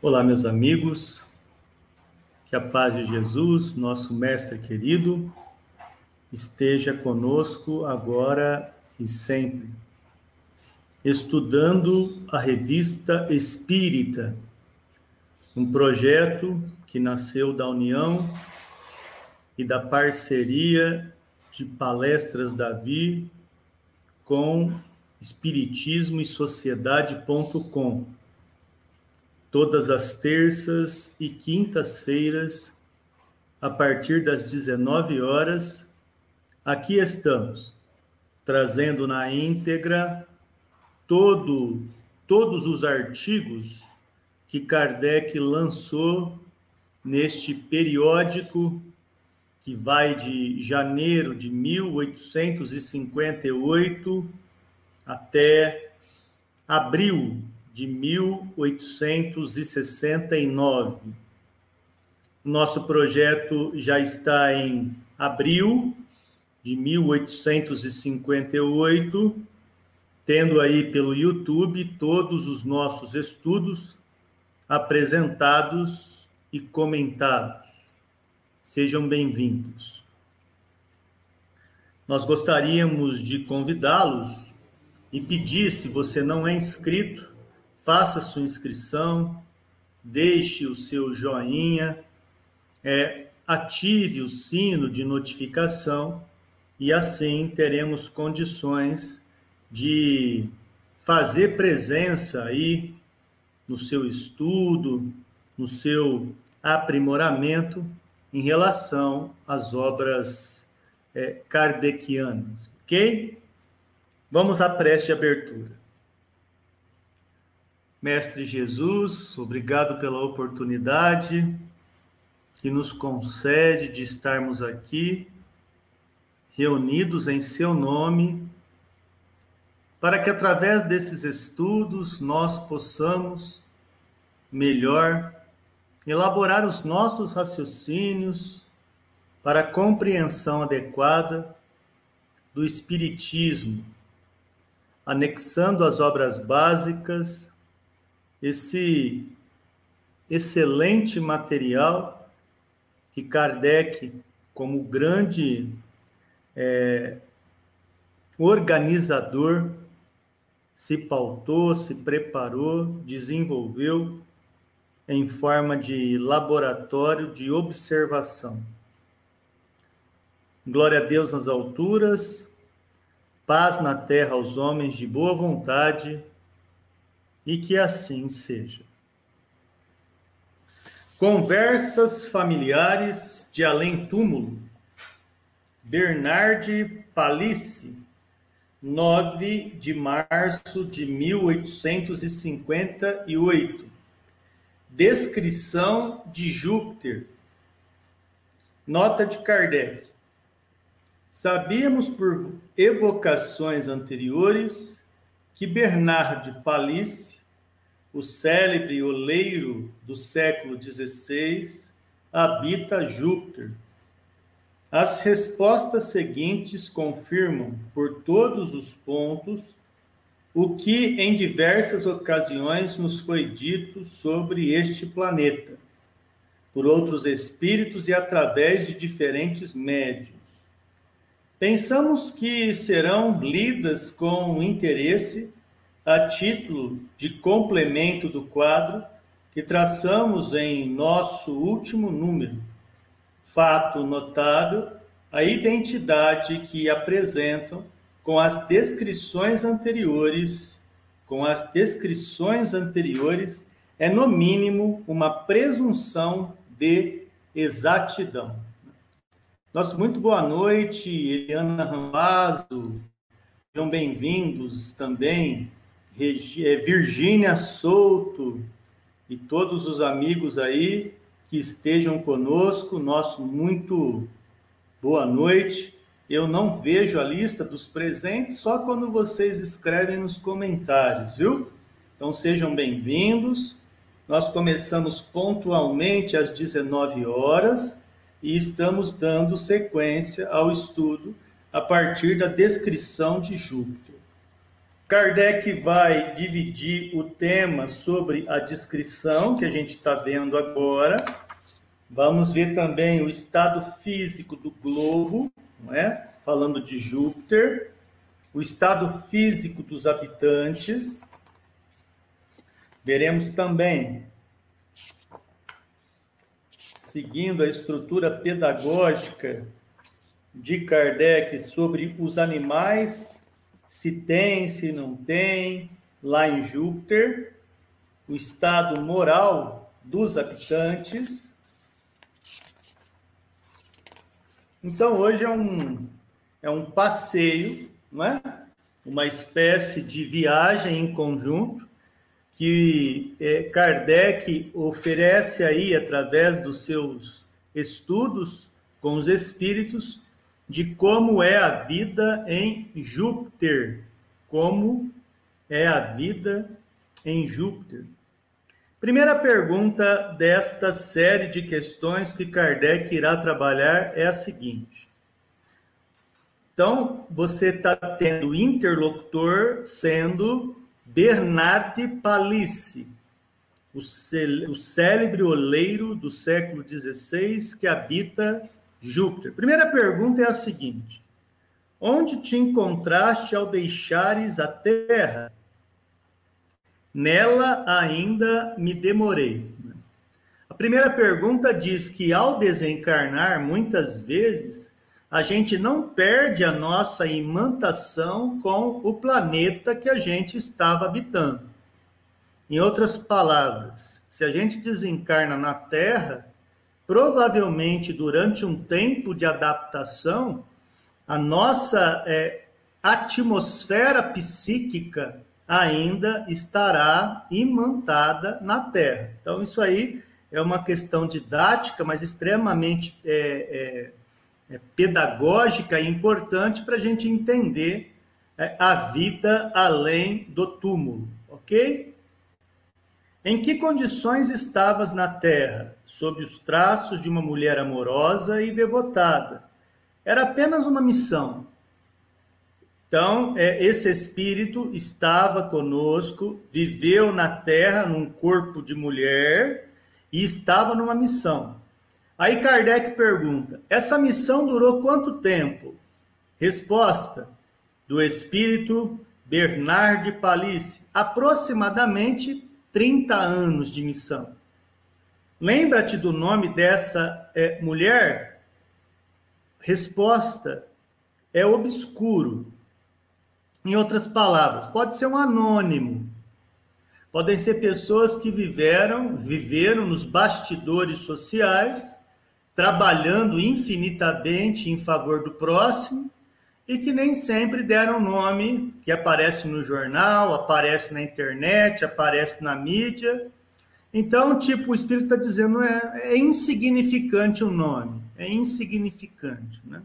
Olá, meus amigos, que a paz de Jesus, nosso Mestre querido, esteja conosco agora e sempre. Estudando a Revista Espírita, um projeto que nasceu da união e da parceria de Palestras Davi com Espiritismo e Sociedade.com. Todas as terças e quintas-feiras, a partir das 19 horas, aqui estamos, trazendo na íntegra todos os artigos que Kardec lançou neste periódico que vai de janeiro de 1858 até abril de 1869. Nosso projeto já está em abril de 1858, tendo aí pelo YouTube todos os nossos estudos apresentados e comentados. Sejam bem-vindos. Nós gostaríamos de convidá-los e pedir, se você não é inscrito, faça sua inscrição, deixe o seu joinha, ative o sino de notificação e assim teremos condições de fazer presença aí no seu estudo, no seu aprimoramento em relação às obras kardecianas, ok? Vamos à prece de abertura. Mestre Jesus, obrigado pela oportunidade que nos concede de estarmos aqui, reunidos em seu nome, para que através desses estudos nós possamos melhor elaborar os nossos raciocínios para a compreensão adequada do Espiritismo, anexando às obras básicas esse excelente material que Kardec, como grande organizador, se pautou, se preparou, desenvolveu em forma de laboratório de observação. Glória a Deus nas alturas, paz na terra aos homens de boa vontade, e que assim seja. Conversas familiares de além-túmulo. Bernard Palissy, 9 de março de 1858. Descrição de Júpiter. Nota de Kardec. Sabíamos por evocações anteriores que Bernard Palissy, o célebre oleiro do século XVI, habita Júpiter. As respostas seguintes confirmam, por todos os pontos, o que em diversas ocasiões nos foi dito sobre este planeta, por outros espíritos e através de diferentes médiuns. Pensamos que serão lidas com interesse a título de complemento do quadro que traçamos em nosso último número. Fato notável, a identidade que apresentam com as descrições anteriores, é no mínimo uma presunção de exatidão. Nossa, muito boa noite, Eliana Ramazo, sejam bem-vindos também, Virgínia Souto e todos os amigos aí que estejam conosco, nosso muito boa noite. Eu não vejo a lista dos presentes, só quando vocês escrevem nos comentários, viu? Então sejam bem-vindos. Nós começamos pontualmente às 19 horas e estamos dando sequência ao estudo a partir da descrição de Júpiter. Kardec vai dividir o tema sobre a descrição, que a gente está vendo agora. Vamos ver também o estado físico do globo, não é? Falando de Júpiter, o estado físico dos habitantes. Veremos também, seguindo a estrutura pedagógica de Kardec sobre os animais, se tem, se não tem, lá em Júpiter, o estado moral dos habitantes. Então, hoje é um passeio, não é? Uma espécie de viagem em conjunto que Kardec oferece aí, através dos seus estudos com os espíritos, de como é a vida em Júpiter. Como é a vida em Júpiter. Primeira pergunta desta série de questões que Kardec irá trabalhar é a seguinte. Então, você está tendo interlocutor sendo Bernard Palissy, o célebre oleiro do século XVI que habita Júpiter. Primeira pergunta é a seguinte: onde te encontraste ao deixares a Terra? Nela ainda me demorei. A primeira pergunta diz que ao desencarnar, muitas vezes, a gente não perde a nossa imantação com o planeta que a gente estava habitando. Em outras palavras, se a gente desencarna na Terra, provavelmente durante um tempo de adaptação, a nossa atmosfera psíquica ainda estará imantada na Terra. Então, isso aí é uma questão didática, mas extremamente pedagógica e importante para a gente entender a vida além do túmulo, ok? Em que condições estavas na Terra? Sob os traços de uma mulher amorosa e devotada. Era apenas uma missão. Então, esse espírito estava conosco, viveu na Terra num corpo de mulher e estava numa missão. Aí Kardec pergunta, essa missão durou quanto tempo? Resposta do espírito Bernard Palissy, aproximadamente 30 anos de missão. Lembra-te do nome dessa mulher? Resposta, é obscuro. Em outras palavras, pode ser um anônimo. Podem ser pessoas que viveram nos bastidores sociais, trabalhando infinitamente em favor do próximo, e que nem sempre deram nome, que aparece no jornal, aparece na internet, aparece na mídia. Então, o espírito está dizendo, é insignificante o nome, é insignificante, né?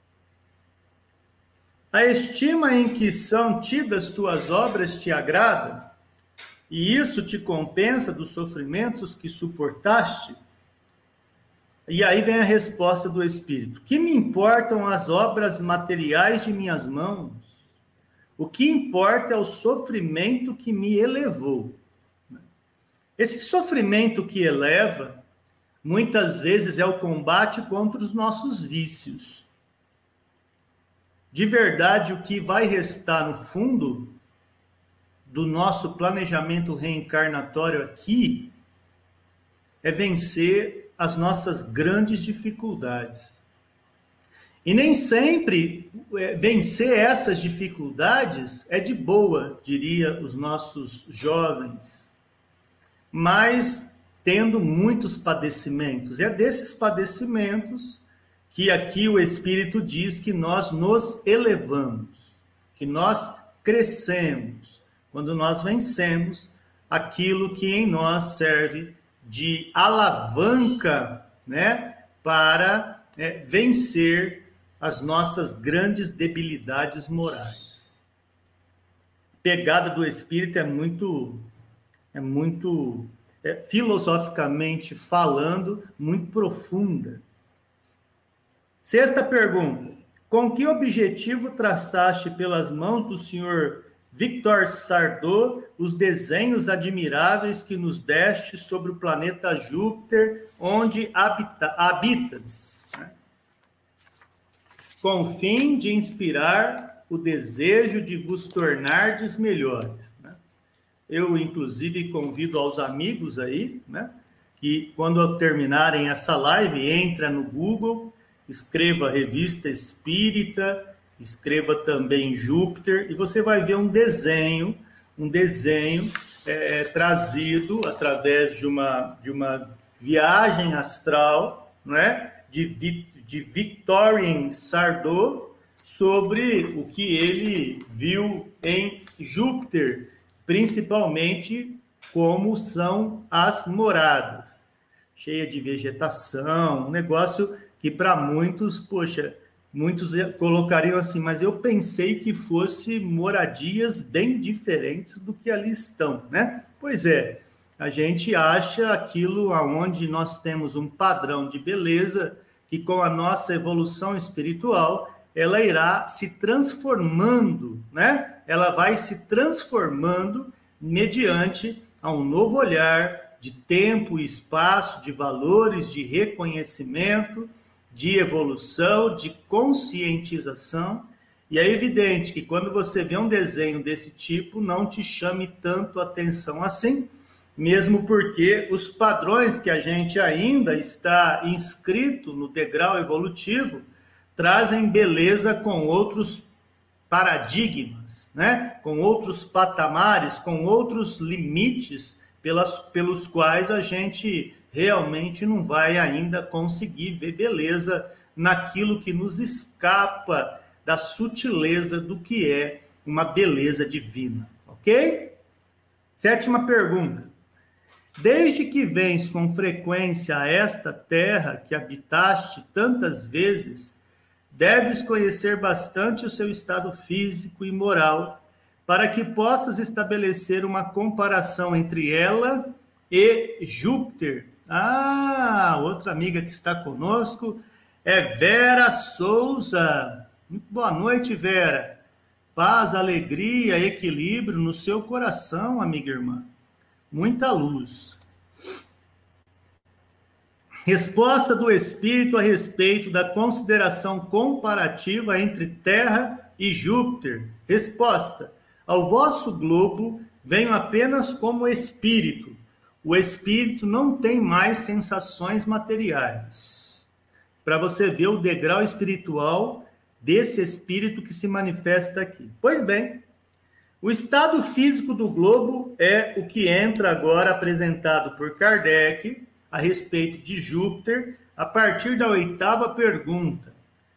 A estima em que são tidas tuas obras te agrada, e isso te compensa dos sofrimentos que suportaste? E aí vem a resposta do Espírito. Que me importam as obras materiais de minhas mãos? O que importa é o sofrimento que me elevou. Esse sofrimento que eleva, muitas vezes é o combate contra os nossos vícios. De verdade, o que vai restar no fundo do nosso planejamento reencarnatório aqui é vencer as nossas grandes dificuldades. E nem sempre vencer essas dificuldades é de boa, diria os nossos jovens, mas tendo muitos padecimentos. É desses padecimentos que aqui o Espírito diz que nós nos elevamos, que nós crescemos, quando nós vencemos aquilo que em nós serve de alavanca, né, para vencer as nossas grandes debilidades morais. A pegada do Espírito é muito filosoficamente falando, muito profunda. Sexta pergunta. Com que objetivo traçaste pelas mãos do senhor Victor Sardô, os desenhos admiráveis que nos deste sobre o planeta Júpiter, onde habitas, né? Com o fim de inspirar o desejo de vos tornardes melhores, né? Eu, inclusive, convido aos amigos aí, né, que quando terminarem essa live, entra no Google, escreva Revista Espírita, escreva também Júpiter, e você vai ver um desenho trazido através de uma viagem astral, né, de Victorien Sardô, sobre o que ele viu em Júpiter, principalmente como são as moradas, cheia de vegetação, um negócio que para muitos, poxa, muitos colocariam assim, mas eu pensei que fosse moradias bem diferentes do que ali estão, né? Pois é, a gente acha aquilo aonde nós temos um padrão de beleza que com a nossa evolução espiritual, ela irá se transformando, né? Ela vai se transformando mediante a um novo olhar de tempo e espaço, de valores, de reconhecimento, de evolução, de conscientização. E é evidente que quando você vê um desenho desse tipo, não te chame tanto atenção assim, mesmo porque os padrões que a gente ainda está inscrito no degrau evolutivo trazem beleza com outros paradigmas, né? Com outros patamares, com outros limites pelos quais a gente realmente não vai ainda conseguir ver beleza naquilo que nos escapa da sutileza do que é uma beleza divina, ok? 7ª pergunta. Desde que vens com frequência a esta terra que habitaste tantas vezes, deves conhecer bastante o seu estado físico e moral, para que possas estabelecer uma comparação entre ela e Júpiter. Ah, outra amiga que está conosco é Vera Souza. Muito boa noite, Vera. Paz, alegria, equilíbrio no seu coração, amiga irmã. Muita luz. Resposta do Espírito a respeito da consideração comparativa entre Terra e Júpiter. Resposta. Ao vosso globo venho apenas como espírito. O espírito não tem mais sensações materiais. Para você ver o degrau espiritual desse espírito que se manifesta aqui. Pois bem, o estado físico do globo é o que entra agora apresentado por Kardec a respeito de Júpiter, a partir da 8ª pergunta.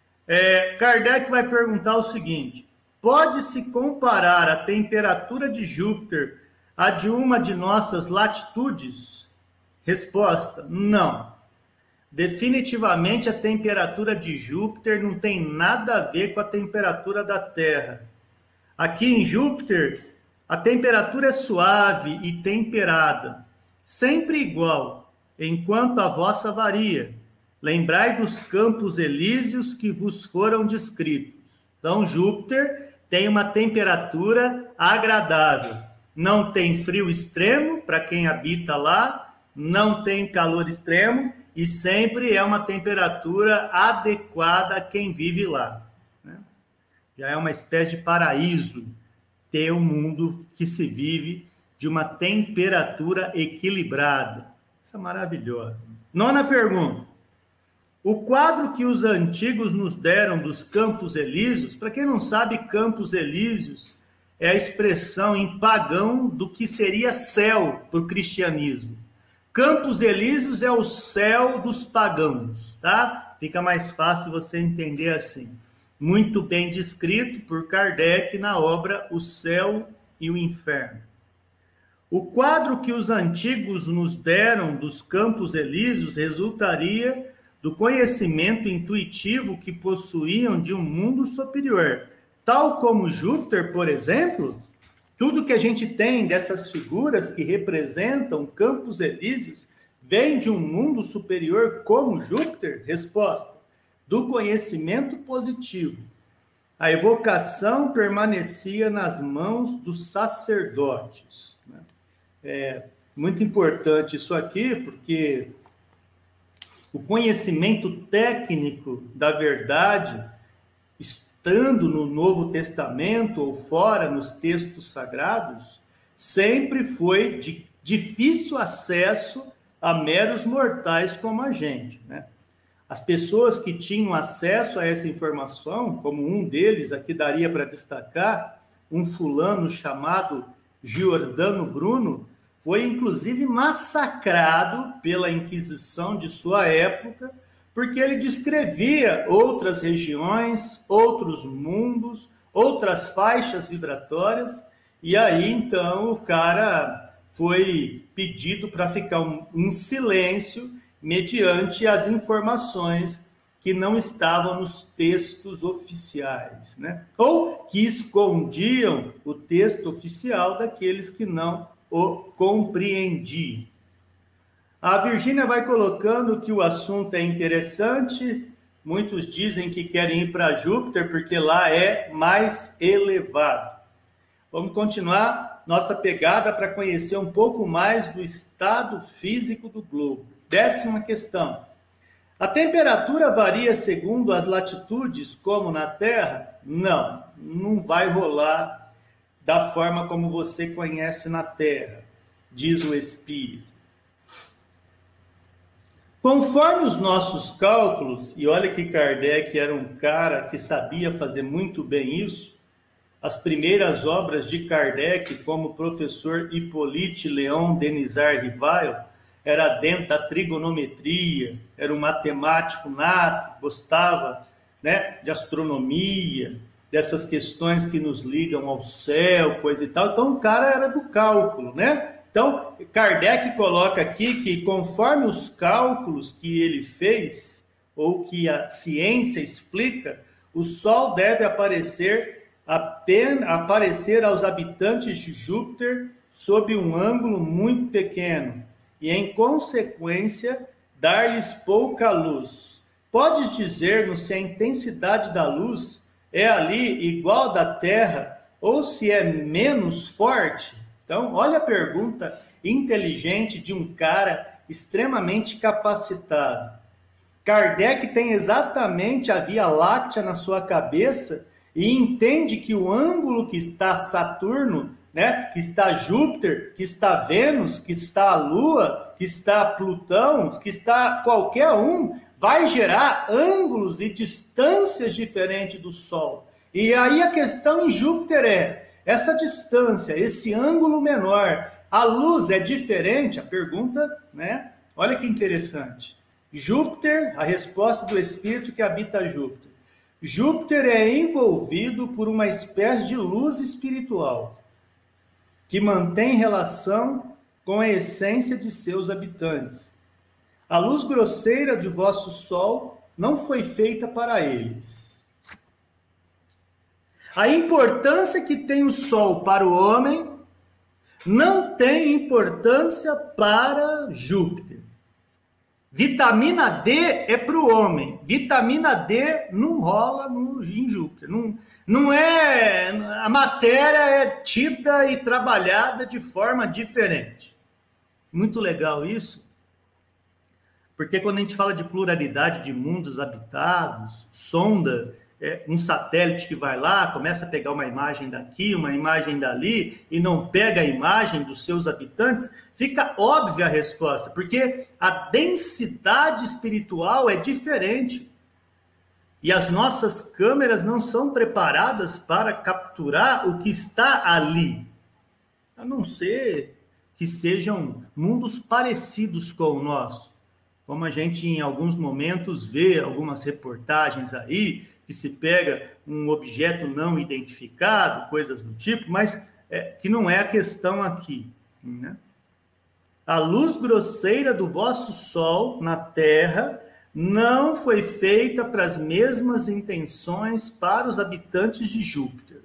Kardec vai perguntar o seguinte: pode-se comparar a temperatura de Júpiter à de uma de nossas latitudes? Resposta: não. Definitivamente a temperatura de Júpiter não tem nada a ver com a temperatura da Terra. Aqui em Júpiter, a temperatura é suave e temperada, sempre igual, enquanto a vossa varia. Lembrai dos campos elíseos que vos foram descritos. Então, Júpiter tem uma temperatura agradável. Não tem frio extremo para quem habita lá, não tem calor extremo e sempre é uma temperatura adequada a quem vive lá. Já é uma espécie de paraíso ter um mundo que se vive de uma temperatura equilibrada. Isso é maravilhoso. 9ª pergunta. O quadro que os antigos nos deram dos Campos Elíseos, para quem não sabe, Campos Elíseos é a expressão em pagão do que seria céu para o cristianismo. Campos Elíseos é o céu dos pagãos, tá? Fica mais fácil você entender assim. Muito bem descrito por Kardec na obra O Céu e o Inferno. O quadro que os antigos nos deram dos Campos Elíseos resultaria do conhecimento intuitivo que possuíam de um mundo superior. Tal como Júpiter, por exemplo, tudo que a gente tem dessas figuras que representam Campos Elíseos vem de um mundo superior como Júpiter? Resposta: do conhecimento positivo. a evocação permanecia nas mãos dos sacerdotes. É muito importante isso aqui, porque o conhecimento técnico da verdade, estando no Novo Testamento ou fora nos textos sagrados, sempre foi de difícil acesso a meros mortais como a gente, né? As pessoas que tinham acesso a essa informação, como um deles, aqui daria para destacar, um fulano chamado Giordano Bruno, foi inclusive massacrado pela Inquisição de sua época, porque ele descrevia outras regiões, outros mundos, outras faixas vibratórias, e aí então o cara foi pedido para ficar em silêncio mediante as informações que não estavam nos textos oficiais, né? Ou que escondiam o texto oficial daqueles que não o compreendiam. A Virgínia vai colocando que o assunto é interessante, muitos dizem que querem ir para Júpiter porque lá é mais elevado. Vamos continuar nossa pegada para conhecer um pouco mais do estado físico do globo. 10ª questão. A temperatura varia segundo as latitudes, como na Terra? Não, não vai rolar da forma como você conhece na Terra, diz o Espírito. Conforme os nossos cálculos, e olha que Kardec era um cara que sabia fazer muito bem isso, as primeiras obras de Kardec, como professor Hippolyte Léon Denisard Rivail, era dentro da trigonometria, era um matemático nato, gostava, né, de astronomia, dessas questões que nos ligam ao céu, coisa e tal. Então, o cara era do cálculo, né? Então, Kardec coloca aqui que, conforme os cálculos que ele fez, ou que a ciência explica, o Sol deve aparecer aos habitantes de Júpiter sob um ângulo muito pequeno e, em consequência, dar-lhes pouca luz. Podes dizer-nos se a intensidade da luz é ali igual da Terra ou se é menos forte? Então, olha a pergunta inteligente de um cara extremamente capacitado. Kardec tem exatamente a Via Láctea na sua cabeça e entende que o ângulo que está Saturno, né, que está Júpiter, que está Vênus, que está a Lua, que está Plutão, que está qualquer um, vai gerar ângulos e distâncias diferentes do Sol. E aí a questão em Júpiter é, essa distância, esse ângulo menor, a luz é diferente? A pergunta, né? Olha que interessante. Júpiter, a resposta do espírito que habita Júpiter. Júpiter é envolvido por uma espécie de luz espiritual que mantém relação com a essência de seus habitantes. A luz grosseira de vosso Sol não foi feita para eles. A importância que tem o Sol para o homem não tem importância para Júpiter. Vitamina D é para o homem. Vitamina D não rola em Júpiter. Não é, a matéria é tida e trabalhada de forma diferente. Muito legal isso. Porque quando a gente fala de pluralidade de mundos habitados, sonda, um satélite que vai lá, começa a pegar uma imagem daqui, uma imagem dali, e não pega a imagem dos seus habitantes, fica óbvia a resposta, porque a densidade espiritual é diferente. E as nossas câmeras não são preparadas para capturar o que está ali, a não ser que sejam mundos parecidos com o nosso. Como a gente, em alguns momentos, vê algumas reportagens aí, que se pega um objeto não identificado, coisas do tipo, mas que não é a questão aqui, né? A luz grosseira do vosso Sol na Terra não foi feita para as mesmas intenções para os habitantes de Júpiter.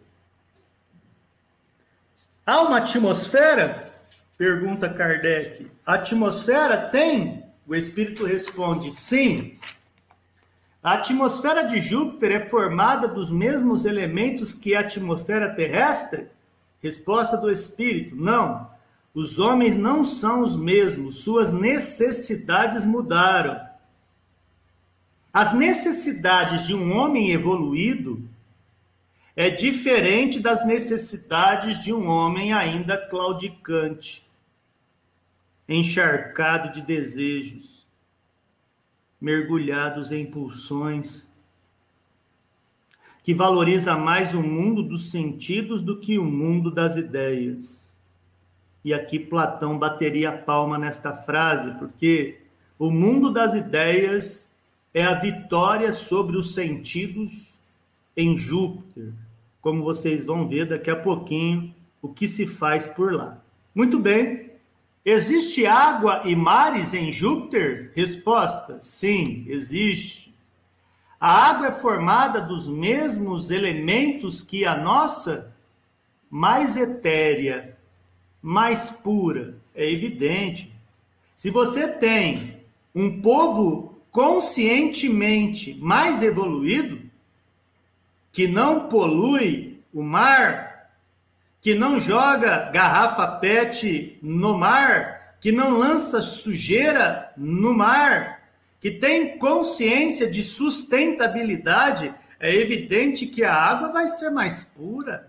Há uma atmosfera? Pergunta Kardec. A atmosfera tem? O Espírito responde, sim. A atmosfera de Júpiter é formada dos mesmos elementos que a atmosfera terrestre? Resposta do Espírito: não. Os homens não são os mesmos, suas necessidades mudaram. As necessidades de um homem evoluído é diferente das necessidades de um homem ainda claudicante, encharcado de desejos, mergulhados em pulsões, que valoriza mais o mundo dos sentidos do que o mundo das ideias. E aqui Platão bateria a palma nesta frase, porque o mundo das ideias é a vitória sobre os sentidos em Júpiter, como vocês vão ver daqui a pouquinho o que se faz por lá. Muito bem. Existe água e mares em Júpiter? Resposta: sim, existe. A água é formada dos mesmos elementos que a nossa? Mais etérea, mais pura. É evidente. Se você tem um povo conscientemente mais evoluído, que não polui o mar, que não joga garrafa PET no mar, que não lança sujeira no mar, que tem consciência de sustentabilidade, é evidente que a água vai ser mais pura.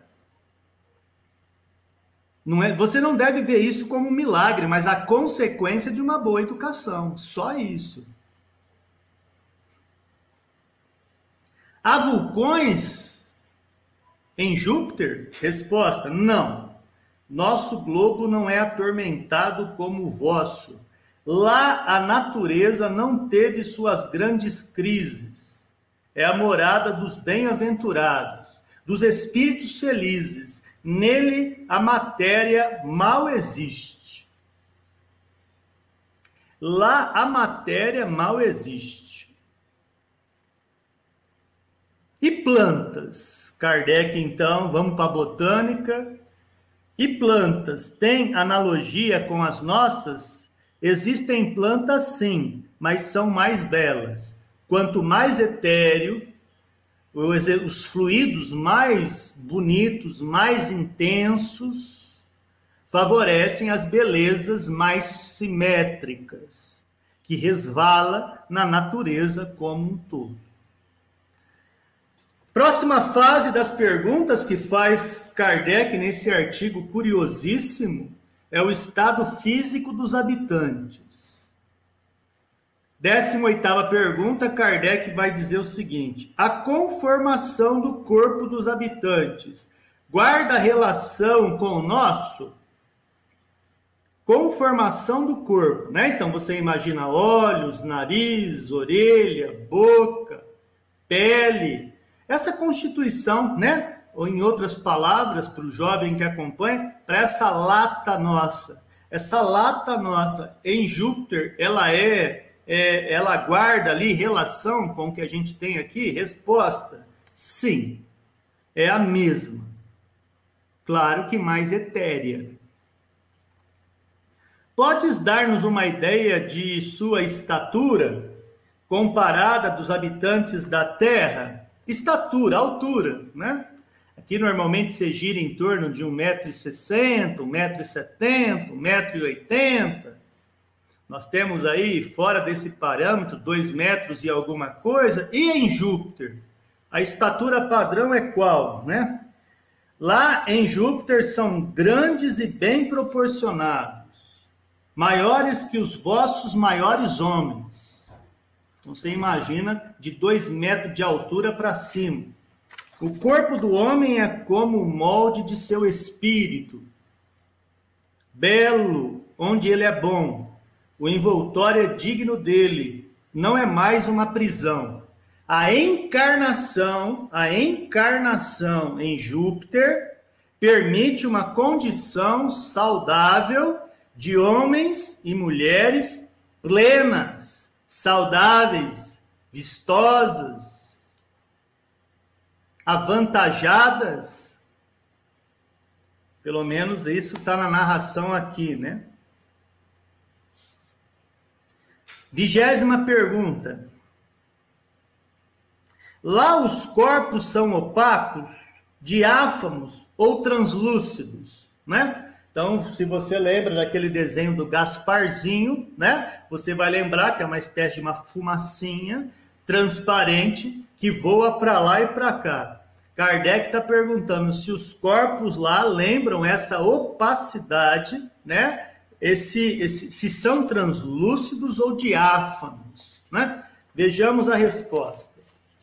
Não é, você não deve ver isso como um milagre, mas a consequência de uma boa educação. Só isso. Há vulcões em Júpiter? Resposta: não. Nosso globo não é atormentado como o vosso. Lá a natureza não teve suas grandes crises. É a morada dos bem-aventurados, dos espíritos felizes. Nele a matéria mal existe. Lá a matéria mal existe. E plantas? Kardec, então, vamos para a botânica. E plantas têm analogia com as nossas? Existem plantas, sim, mas são mais belas. Quanto mais etéreo, os fluidos mais bonitos, mais intensos, favorecem as belezas mais simétricas, que resvala na natureza como um todo. Próxima fase das perguntas que faz Kardec nesse artigo curiosíssimo é o estado físico dos habitantes. 18ª pergunta, Kardec vai dizer o seguinte: a conformação do corpo dos habitantes guarda relação com o nosso? Conformação do corpo, né? Então você imagina olhos, nariz, orelha, boca, pele, essa constituição, né? Ou em outras palavras, para o jovem que acompanha, para essa lata nossa. Essa lata nossa em Júpiter, ela guarda ali relação com o que a gente tem aqui? Resposta: sim, é a mesma. Claro que mais etérea. Podes dar-nos uma ideia de sua estatura comparada dos habitantes da Terra? Estatura, altura, né? Aqui normalmente se gira em torno de 1,60 m, 1,70 m, 1,80 m. Nós temos aí, fora desse parâmetro, 2 metros e alguma coisa. E em Júpiter? A estatura padrão é qual, né? Lá em Júpiter são grandes e bem proporcionados, maiores que os vossos maiores homens. Então você imagina de 2 metros de altura para cima. O corpo do homem é como o molde de seu espírito, belo onde ele é bom. O envoltório é digno dele, não é mais uma prisão. A encarnação em Júpiter permite uma condição saudável de homens e mulheres plenas, saudáveis, vistosas, avantajadas. Pelo menos isso está na narração aqui, né? 20ª pergunta. Lá os corpos são opacos, diáfanos ou translúcidos, né? Então, se você lembra daquele desenho do Gasparzinho, né? Você vai lembrar que é uma espécie de uma fumacinha transparente que voa para lá e para cá. Kardec está perguntando se os corpos lá lembram essa opacidade, né? Se são translúcidos ou diáfanos, né? Vejamos a resposta.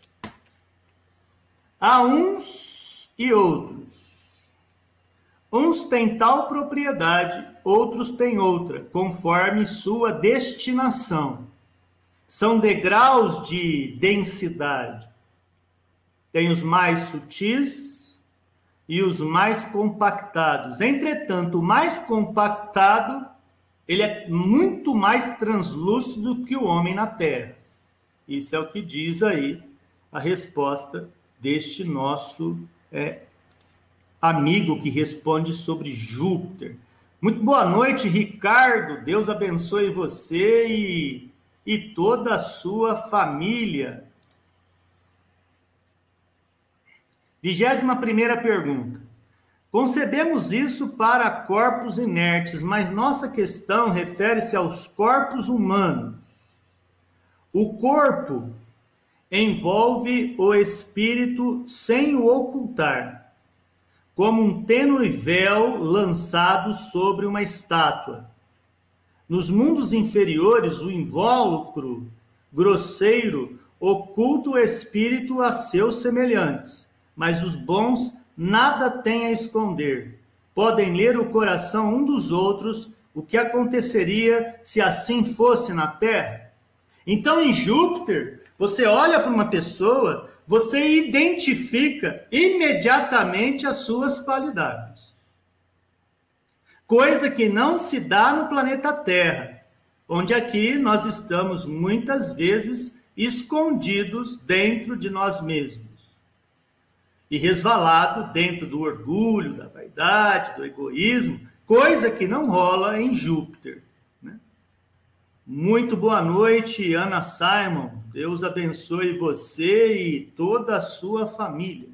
Há uns e outros. Uns têm tal propriedade, outros têm outra, conforme sua destinação. São degraus de densidade. Tem os mais sutis e os mais compactados. Entretanto, o mais compactado, ele é muito mais translúcido que o homem na Terra. Isso é o que diz aí a resposta deste nosso amigo que responde sobre Júpiter. Muito boa noite, Ricardo. Deus abençoe você e toda a sua família. 21ª pergunta. Concebemos isso para corpos inertes, mas nossa questão refere-se aos corpos humanos. O corpo envolve o espírito sem o ocultar, como um tênue véu lançado sobre uma estátua. Nos mundos inferiores, o invólucro grosseiro oculta o espírito a seus semelhantes, mas os bons nada têm a esconder. Podem ler o coração um dos outros, o que aconteceria se assim fosse na Terra. Então, em Júpiter, você olha para uma pessoa, você identifica imediatamente as suas qualidades. Coisa que não se dá no planeta Terra, onde aqui nós estamos muitas vezes escondidos dentro de nós mesmos. E resvalado dentro do orgulho, da vaidade, do egoísmo, coisa que não rola em Júpiter. Muito boa noite, Ana Simon. Deus abençoe você e toda a sua família.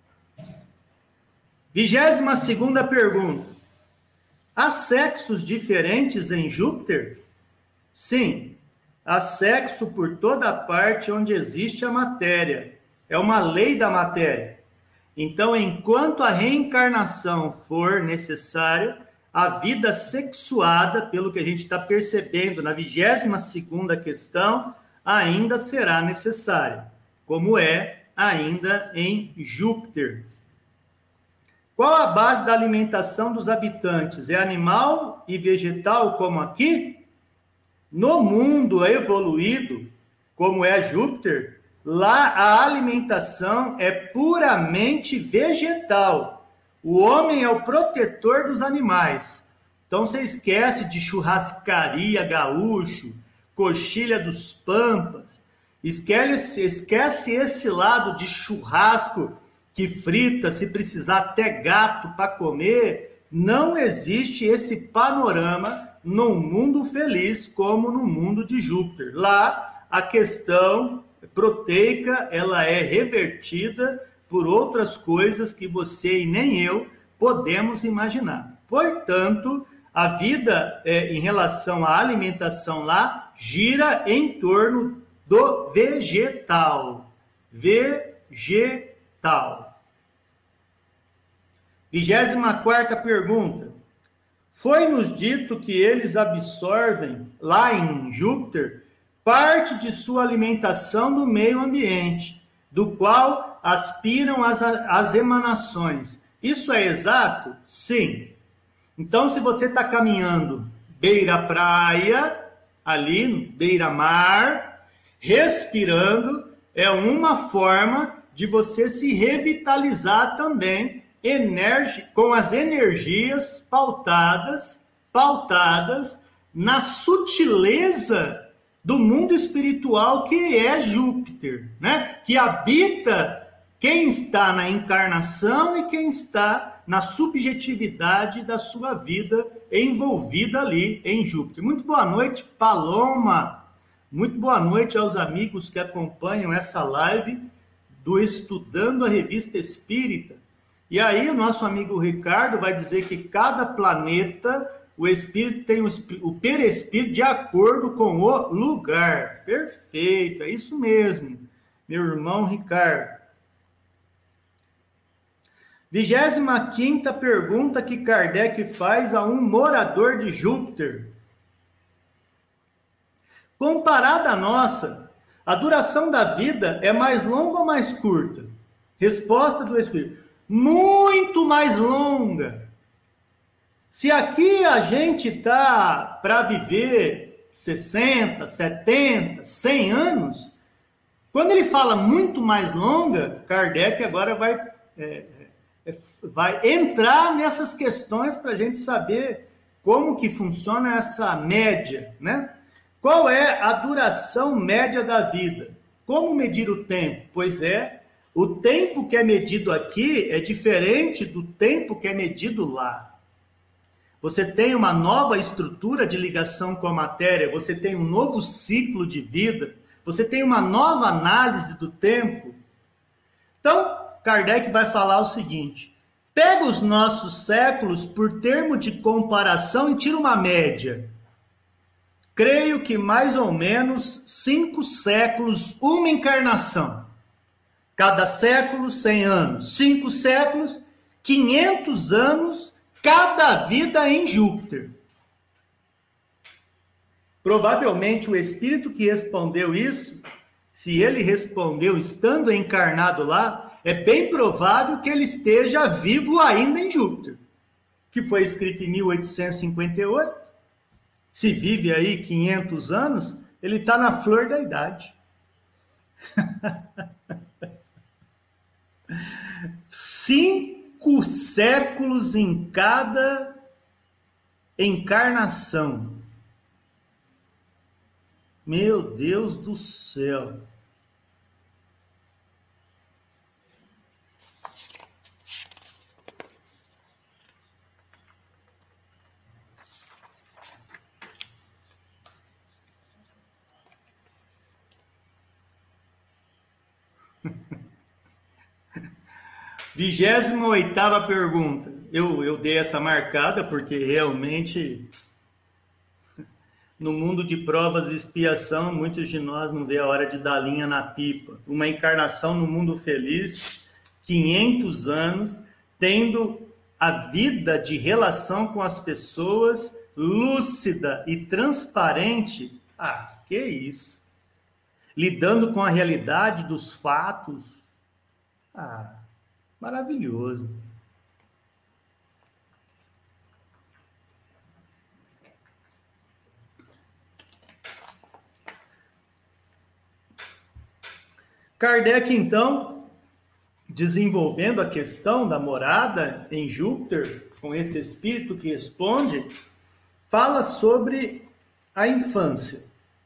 22ª pergunta. Há sexos diferentes em Júpiter? Sim, há sexo por toda parte onde existe a matéria. É uma lei da matéria. Então, enquanto a reencarnação for necessária, a vida sexuada, pelo que a gente está percebendo na 22ª questão, ainda será necessária, como é ainda em Júpiter. Qual a base da alimentação dos habitantes? É animal e vegetal, como aqui? No mundo evoluído, como é Júpiter, lá a alimentação é puramente vegetal. O homem é o protetor dos animais. Então você esquece de churrascaria gaúcho, coxilha dos pampas, esquece esse lado de churrasco que frita, se precisar até gato para comer. Não existe esse panorama no mundo feliz como no mundo de Júpiter. Lá a questão proteica ela é revertida por outras coisas que você e nem eu podemos imaginar. Portanto, a vida em relação à alimentação lá gira em torno do vegetal. Vegetal. 24ª pergunta. Foi-nos dito que eles absorvem, lá em Júpiter, parte de sua alimentação do meio ambiente, do qual aspiram as emanações. Isso é exato? Sim. Então, se você está caminhando beira-praia, ali, beira-mar, respirando, é uma forma de você se revitalizar também, com as energias pautadas na sutileza do mundo espiritual que é Júpiter, né? Que habita quem está na encarnação e quem está na subjetividade da sua vida envolvida ali em Júpiter. Muito boa noite, Paloma. Muito boa noite aos amigos que acompanham essa live do Estudando a Revista Espírita. E aí o nosso amigo Ricardo vai dizer que cada planeta, o espírito tem o perespírito de acordo com o lugar. Perfeito, é isso mesmo, meu irmão Ricardo. 25ª pergunta que Kardec faz a um morador de Júpiter. Comparada à nossa, a duração da vida é mais longa ou mais curta? Resposta do Espírito: muito mais longa. Se aqui a gente está para viver 60, 70, 100 anos, quando ele fala muito mais longa, Kardec agora vai entrar nessas questões para a gente saber como que funciona essa média, né? Qual é a duração média da vida? Como medir o tempo? Pois é, o tempo que é medido aqui é diferente do tempo que é medido lá. Você tem uma nova estrutura de ligação com a matéria, você tem um novo ciclo de vida, você tem uma nova análise do tempo. Então, Kardec vai falar o seguinte: pega os nossos séculos por termo de comparação e tira uma média. Creio que mais ou menos 5 séculos, uma encarnação. Cada século, 100 anos. 5 séculos, 500 anos, cada vida em Júpiter. Provavelmente o espírito que respondeu isso, se ele respondeu estando encarnado lá, é bem provável que ele esteja vivo ainda em Júpiter, que foi escrito em 1858. Se vive aí 500 anos, ele está na flor da idade. 5 séculos em cada encarnação. Meu Deus do céu. Vigésima oitava pergunta. Eu dei essa marcada porque realmente no mundo de provas e expiação, muitos de nós não vê a hora de dar linha na pipa. Uma encarnação no mundo feliz, 500 anos, tendo a vida de relação com as pessoas lúcida e transparente. Ah, que isso! Lidando com a realidade dos fatos. Ah, maravilhoso. Kardec, então, desenvolvendo a questão da morada em Júpiter, com esse espírito que responde, fala sobre a infância.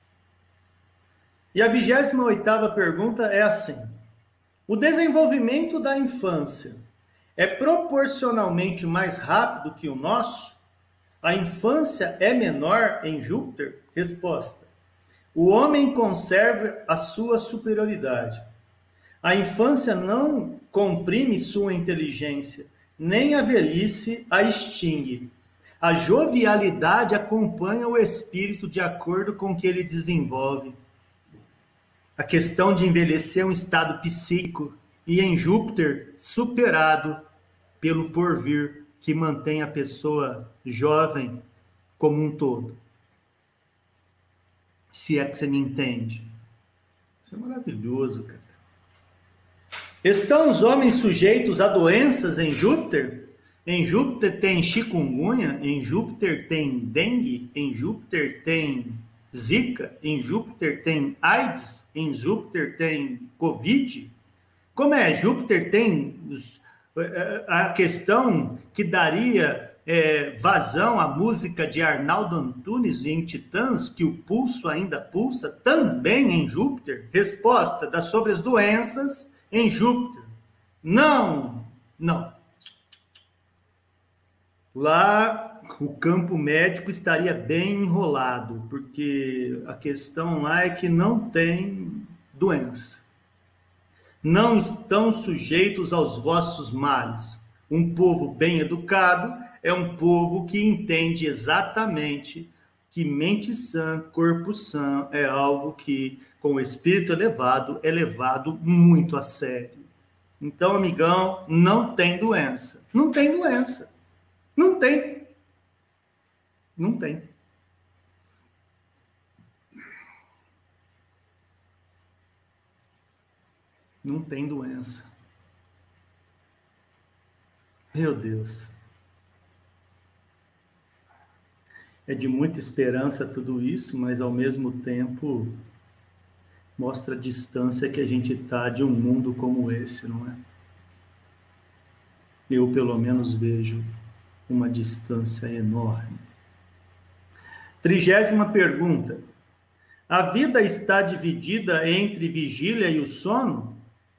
E a 28ª pergunta é assim: o desenvolvimento da infância é proporcionalmente mais rápido que o nosso? A infância é menor em Júpiter? Resposta: o homem conserva a sua superioridade. A infância não comprime sua inteligência, nem a velhice a extingue. A jovialidade acompanha o espírito de acordo com o que ele desenvolve. A questão de envelhecer é um estado psíquico e em Júpiter superado pelo porvir, que mantém a pessoa jovem como um todo. Se é que você me entende. Isso é maravilhoso, cara. Estão os homens sujeitos a doenças em Júpiter? Em Júpiter tem chikungunya, em Júpiter tem dengue, em Júpiter tem Zika, em Júpiter tem AIDS, em Júpiter tem Covid. Como é? Júpiter tem a questão que daria vazão à música de Arnaldo Antunes em Titãs, que o pulso ainda pulsa, também em Júpiter? Resposta sobre as doenças em Júpiter. Não. Lá o campo médico estaria bem enrolado, porque a questão lá é que não tem doença. não estão sujeitos aos vossos males. Um povo bem educado é um povo que entende exatamente que mente sã, corpo sã é algo que, com o espírito elevado, é levado muito a sério. Então, amigão, não tem doença. Não tem doença. Não tem. Não tem. Não tem doença. Meu Deus. É de muita esperança tudo isso, mas ao mesmo tempo mostra a distância que a gente está de um mundo como esse, não é? Eu, pelo menos, vejo uma distância enorme. 30ª pergunta. A vida está dividida entre vigília e o sono?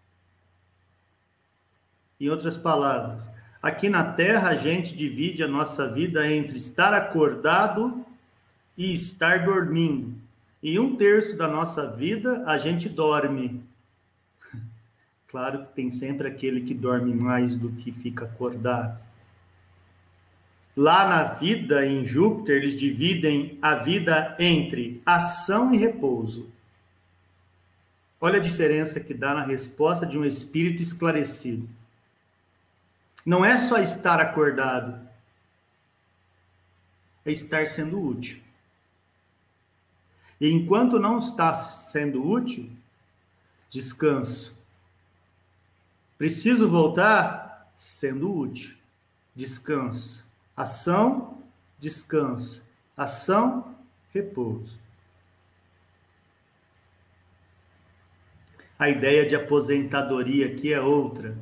Em outras palavras, aqui na Terra a gente divide a nossa vida entre estar acordado e estar dormindo. E 1/3 da nossa vida a gente dorme. Claro que tem sempre aquele que dorme mais do que fica acordado. Lá na vida, em Júpiter, eles dividem a vida entre ação e repouso. Olha a diferença que dá na resposta de um espírito esclarecido. Não é só estar acordado, é estar sendo útil. E enquanto não está sendo útil, descanso. Preciso voltar? Sendo útil. Descanso. Ação, descanso. Ação, repouso. A ideia de aposentadoria aqui é outra.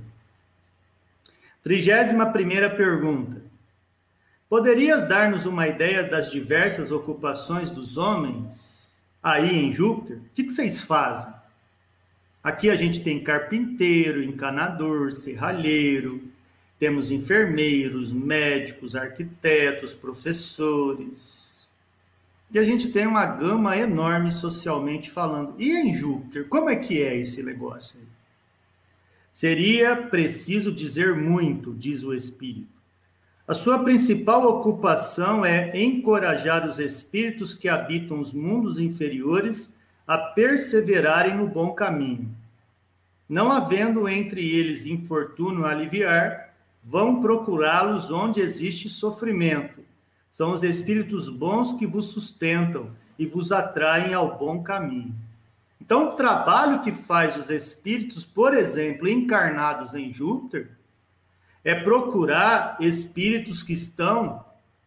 31ª pergunta. Poderias dar-nos uma ideia das diversas ocupações dos homens aí em Júpiter? O que vocês fazem? Aqui a gente tem carpinteiro, encanador, serralheiro, temos enfermeiros, médicos, arquitetos, professores. E a gente tem uma gama enorme socialmente falando. E em Júpiter, como é que é esse negócio aí? Seria preciso dizer muito, diz o espírito. A sua principal ocupação é encorajar os espíritos que habitam os mundos inferiores a perseverarem no bom caminho. Não havendo entre eles infortúnio a aliviar, vão procurá-los onde existe sofrimento. São os espíritos bons que vos sustentam e vos atraem ao bom caminho. Então, o trabalho que faz os espíritos, por exemplo, encarnados em Júpiter, é procurar espíritos que estão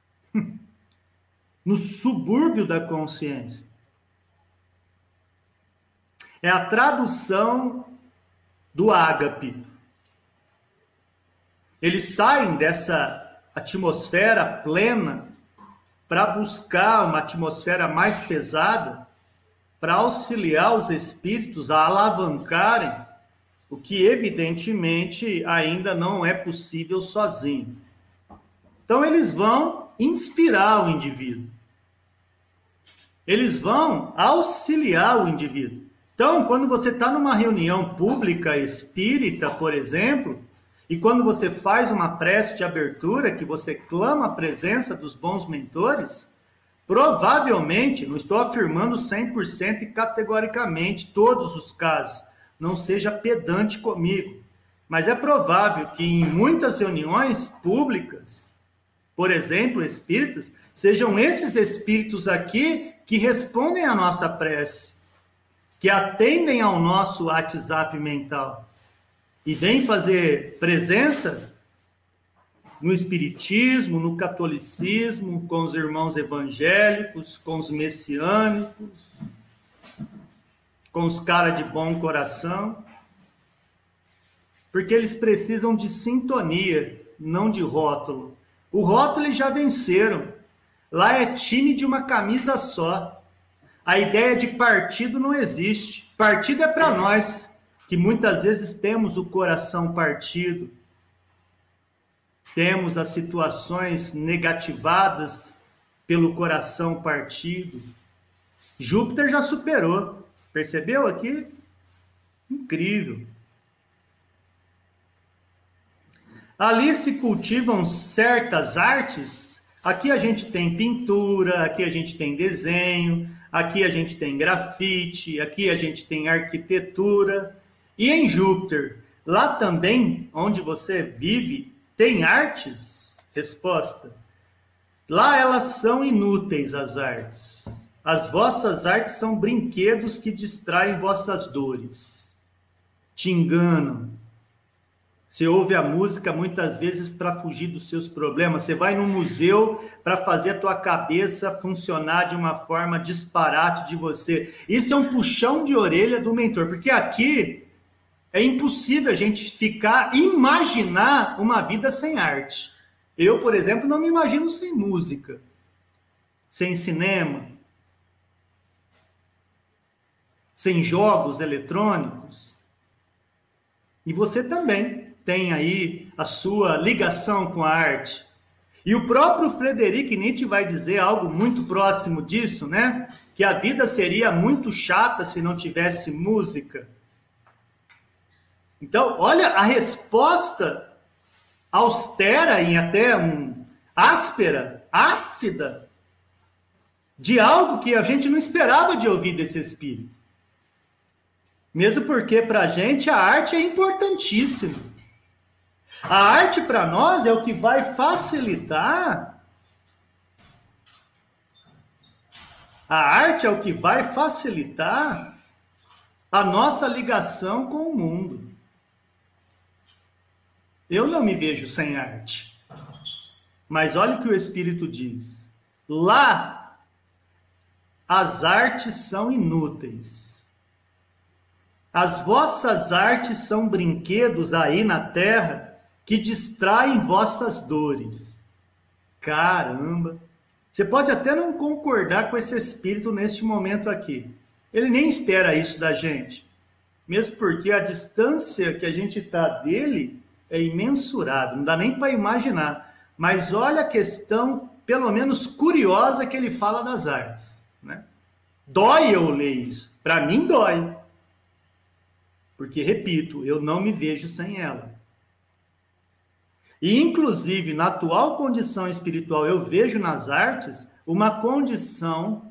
no subúrbio da consciência. É a tradução do ágape. Eles saem dessa atmosfera plena para buscar uma atmosfera mais pesada, para auxiliar os espíritos a alavancarem o que evidentemente ainda não é possível sozinho. Então eles vão inspirar o indivíduo. Eles vão auxiliar o indivíduo. Então, quando você está numa reunião pública espírita, por exemplo, e quando você faz uma prece de abertura, que você clama a presença dos bons mentores, provavelmente, não estou afirmando 100% e categoricamente todos os casos, não seja pedante comigo, mas é provável que em muitas reuniões públicas, por exemplo, espíritas, sejam esses espíritos aqui que respondem à nossa prece, que atendem ao nosso WhatsApp mental e vêm fazer presença no espiritismo, no catolicismo, com os irmãos evangélicos, com os messiânicos, com os caras de bom coração, porque eles precisam de sintonia, não de rótulo. O rótulo eles já venceram. Lá é time de uma camisa só. A ideia de partido não existe. Partido é para nós, que muitas vezes temos o coração partido, temos as situações negativadas pelo coração partido. Júpiter já superou. Percebeu aqui? Incrível. Ali se cultivam certas artes. Aqui a gente tem pintura, aqui a gente tem desenho, aqui a gente tem grafite, aqui a gente tem arquitetura. E em Júpiter, lá também, onde você vive, tem artes? Resposta: lá elas são inúteis, as artes. As vossas artes são brinquedos que distraem vossas dores. Te enganam. Você ouve a música muitas vezes para fugir dos seus problemas. Você vai num museu para fazer a tua cabeça funcionar de uma forma disparate de você. Isso é um puxão de orelha do mentor, porque aqui é impossível a gente imaginar uma vida sem arte. Eu, por exemplo, não me imagino sem música, sem cinema, sem jogos eletrônicos. E você também tem aí a sua ligação com a arte. E o próprio Friedrich Nietzsche vai dizer algo muito próximo disso, né? Que a vida seria muito chata se não tivesse música. Então, olha a resposta austera e até ácida, de algo que a gente não esperava de ouvir desse espírito. Mesmo porque para a gente a arte é importantíssima. A arte para nós é o que vai facilitar. A arte é o que vai facilitar a nossa ligação com o mundo. Eu não me vejo sem arte. Mas olha o que o Espírito diz. Lá, as artes são inúteis. As vossas artes são brinquedos aí na terra que distraem vossas dores. Caramba! Você pode até não concordar com esse Espírito neste momento aqui. Ele nem espera isso da gente. Mesmo porque a distância que a gente está dele é imensurável, não dá nem para imaginar. Mas olha a questão, pelo menos curiosa, que ele fala das artes, né? Dói eu ler isso. Para mim, dói. Porque, repito, eu não me vejo sem ela. E, inclusive, na atual condição espiritual, eu vejo nas artes uma condição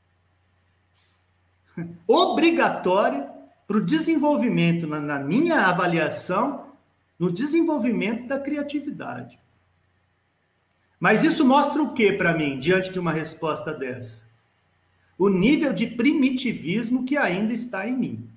obrigatória para o desenvolvimento, na minha avaliação, no desenvolvimento da criatividade. Mas isso mostra o que para mim, diante de uma resposta dessa? O nível de primitivismo que ainda está em mim.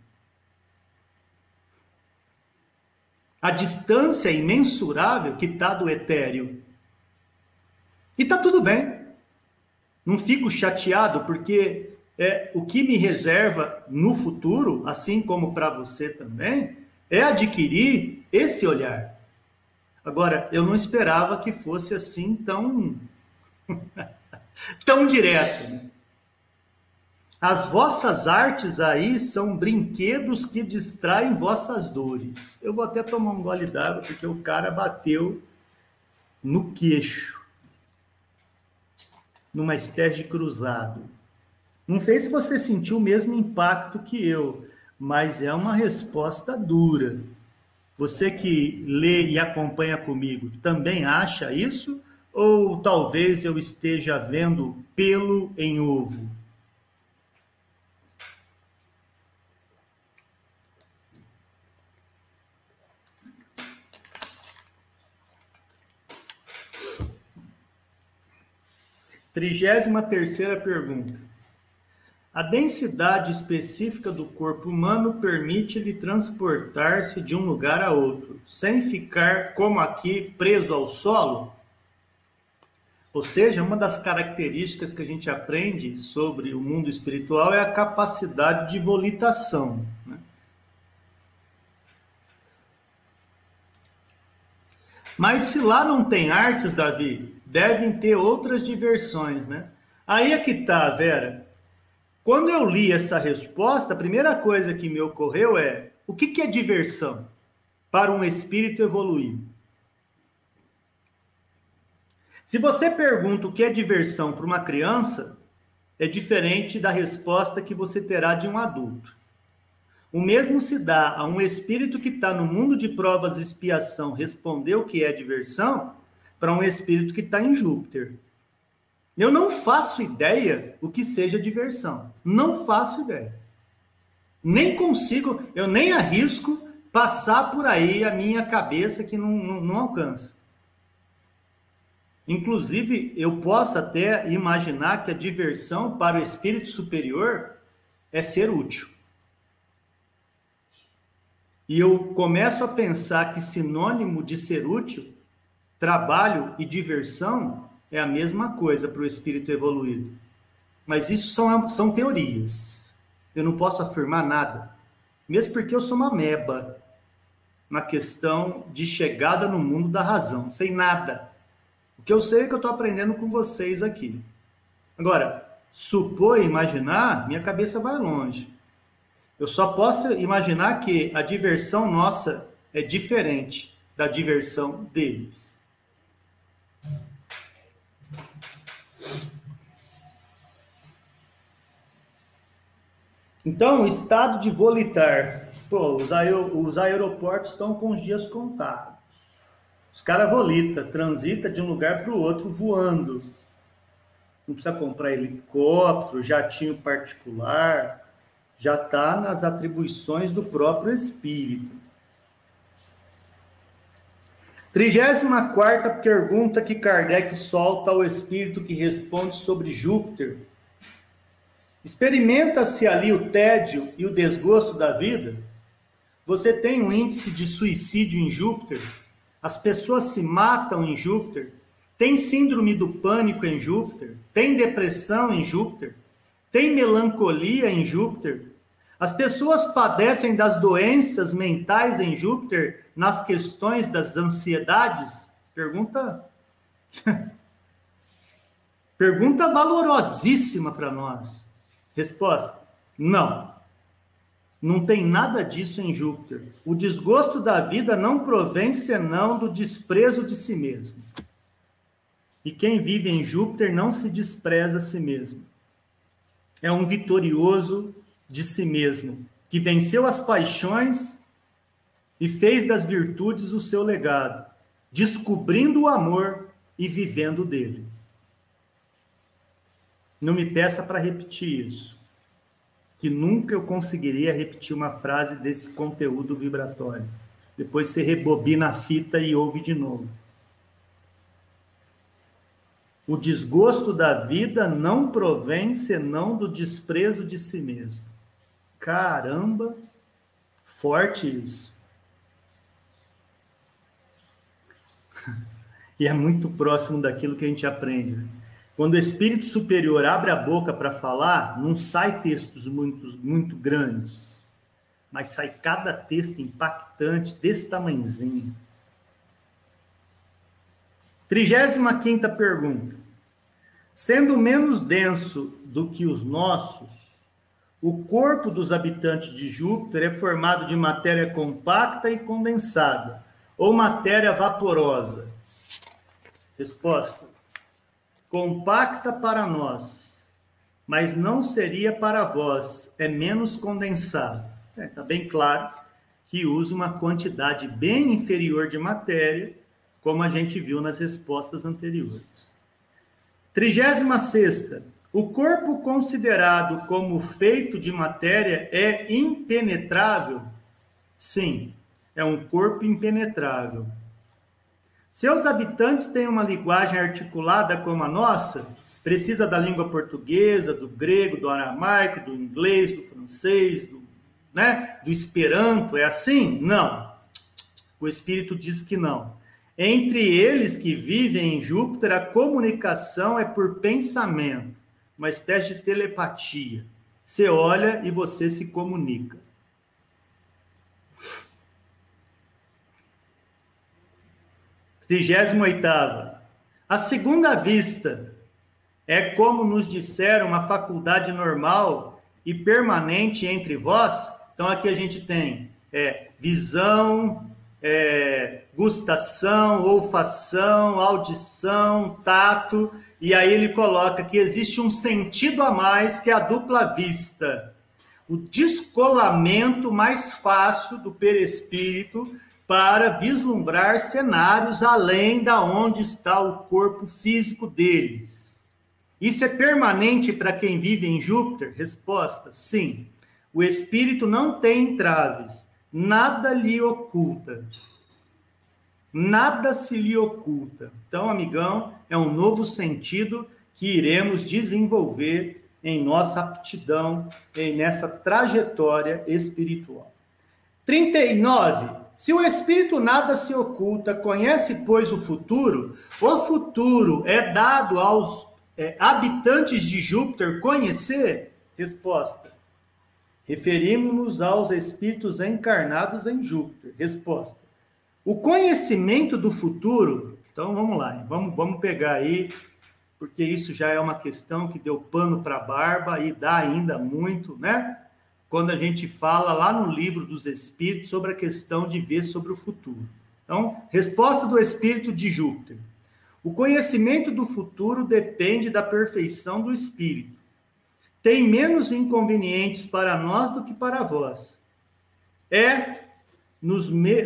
A distância imensurável que está do etéreo. E está tudo bem. Não fico chateado, porque o que me reserva no futuro, assim como para você também, é adquirir esse olhar. Agora, eu não esperava que fosse assim tão direto, né? As vossas artes aí são brinquedos que distraem vossas dores. Eu vou até tomar um gole d'água, porque o cara bateu no queixo, numa espécie de cruzado. Não sei se você sentiu o mesmo impacto que eu, mas é uma resposta dura. Você que lê e acompanha comigo, também acha isso? Ou talvez eu esteja vendo pelo em ovo? Trigésima terceira pergunta. A densidade específica do corpo humano permite-lhe transportar-se de um lugar a outro, sem ficar, como aqui, preso ao solo? Ou seja, uma das características que a gente aprende sobre o mundo espiritual é a capacidade de volitação, né? Mas se lá não tem artes, Davi, devem ter outras diversões, né? Aí é que tá, Vera. Quando eu li essa resposta, a primeira coisa que me ocorreu é: o que é diversão para um espírito evoluído? Se você pergunta o que é diversão para uma criança, é diferente da resposta que você terá de um adulto. O mesmo se dá a um espírito que está no mundo de provas e expiação responder o que é diversão, para um espírito que está em Júpiter. Eu não faço ideia o que seja diversão. Não faço ideia. Nem consigo, eu nem arrisco passar por aí a minha cabeça que não alcança. Inclusive, eu posso até imaginar que a diversão para o espírito superior é ser útil. E eu começo a pensar que sinônimo de ser útil, trabalho e diversão é a mesma coisa para o espírito evoluído. Mas isso são teorias. Eu não posso afirmar nada. Mesmo porque eu sou uma ameba na questão de chegada no mundo da razão. Sem nada. O que eu sei é que eu estou aprendendo com vocês aqui. Agora, supor e imaginar, minha cabeça vai longe. Eu só posso imaginar que a diversão nossa é diferente da diversão deles. Então, o estado de volitar. Pô, os aeroportos estão com os dias contados. Os caras volitam, transita de um lugar para o outro voando. Não precisa comprar helicóptero, jatinho particular. Já está nas atribuições do próprio espírito. 34ª pergunta que Kardec solta ao espírito que responde sobre Júpiter. Experimenta-se ali o tédio e o desgosto da vida? Você tem um índice de suicídio em Júpiter? As pessoas se matam em Júpiter? Tem síndrome do pânico em Júpiter? Tem depressão em Júpiter? Tem melancolia em Júpiter? As pessoas padecem das doenças mentais em Júpiter nas questões das ansiedades? Pergunta valorosíssima para nós. Resposta: não. Não tem nada disso em Júpiter. O desgosto da vida não provém senão do desprezo de si mesmo. E quem vive em Júpiter não se despreza a si mesmo. É um vitorioso de si mesmo, que venceu as paixões e fez das virtudes o seu legado, descobrindo o amor e vivendo dele. Não me peça para repetir isso, que nunca eu conseguiria repetir uma frase desse conteúdo vibratório. Depois você rebobina a fita e ouve de novo. O desgosto da vida não provém senão do desprezo de si mesmo. Caramba, forte isso. E é muito próximo daquilo que a gente aprende, né? Quando o espírito superior abre a boca para falar, não sai textos muito grandes, mas sai cada texto impactante desse tamanhozinho. 35ª pergunta. Sendo menos denso do que os nossos, o corpo dos habitantes de Júpiter é formado de matéria compacta e condensada, ou matéria vaporosa? Resposta: compacta para nós, mas não seria para vós, é menos condensado. Está bem claro que usa uma quantidade bem inferior de matéria, como a gente viu nas respostas anteriores. 36ª. O corpo considerado como feito de matéria é impenetrável? Sim, é um corpo impenetrável. Seus habitantes têm uma linguagem articulada como a nossa? Precisa da língua portuguesa, do grego, do aramaico, do inglês, do francês, do esperanto? É assim? Não. O Espírito diz que não. Entre eles que vivem em Júpiter, a comunicação é por pensamento, uma espécie de telepatia. Você olha e você se comunica. (38ª) A segunda vista é, como nos disseram, uma faculdade normal e permanente entre vós. Então aqui a gente tem visão, gustação, olfação, audição, tato, e aí ele coloca que existe um sentido a mais, que é a dupla vista. o descolamento mais fácil do perispírito para vislumbrar cenários além da onde está o corpo físico deles. Isso é permanente para quem vive em Júpiter? Resposta: sim. O espírito não tem entraves, nada lhe oculta. Nada se lhe oculta. Então, amigão, é um novo sentido que iremos desenvolver em nossa aptidão, nessa trajetória espiritual. 39. Se o espírito nada se oculta, conhece, pois, o futuro é dado aos habitantes de Júpiter conhecer? Resposta: referimos-nos aos espíritos encarnados em Júpiter. Resposta: o conhecimento do futuro, então vamos lá, vamos pegar aí, porque isso já é uma questão que deu pano para a barba e dá ainda muito, né? Quando a gente fala lá no livro dos Espíritos sobre a questão de ver sobre o futuro. Então, resposta do espírito de Júpiter: o conhecimento do futuro depende da perfeição do espírito. Tem menos inconvenientes para nós do que para vós. Nós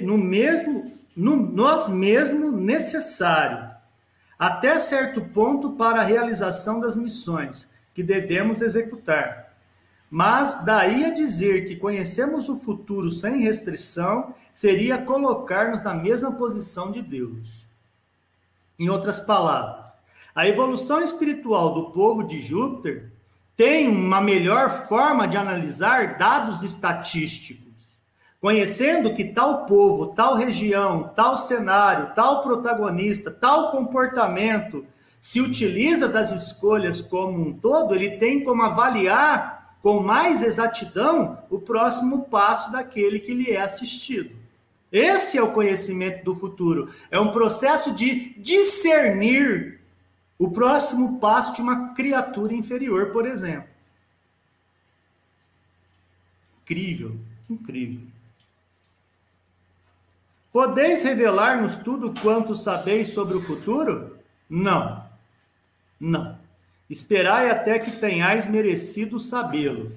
mesmo necessário, até certo ponto, para a realização das missões que devemos executar. Mas daí a dizer que conhecemos o futuro sem restrição, seria colocar-nos na mesma posição de Deus. Em outras palavras, a evolução espiritual do povo de Júpiter tem uma melhor forma de analisar dados estatísticos, conhecendo que tal povo, tal região, tal cenário, tal protagonista, tal comportamento se utiliza das escolhas como um todo, ele tem como avaliar com mais exatidão o próximo passo daquele que lhe é assistido. Esse é o conhecimento do futuro. É um processo de discernir o próximo passo de uma criatura inferior, por exemplo. Incrível, incrível. Podeis revelar-nos tudo quanto sabeis sobre o futuro? Não. Não. Esperai até que tenhais merecido sabê-lo.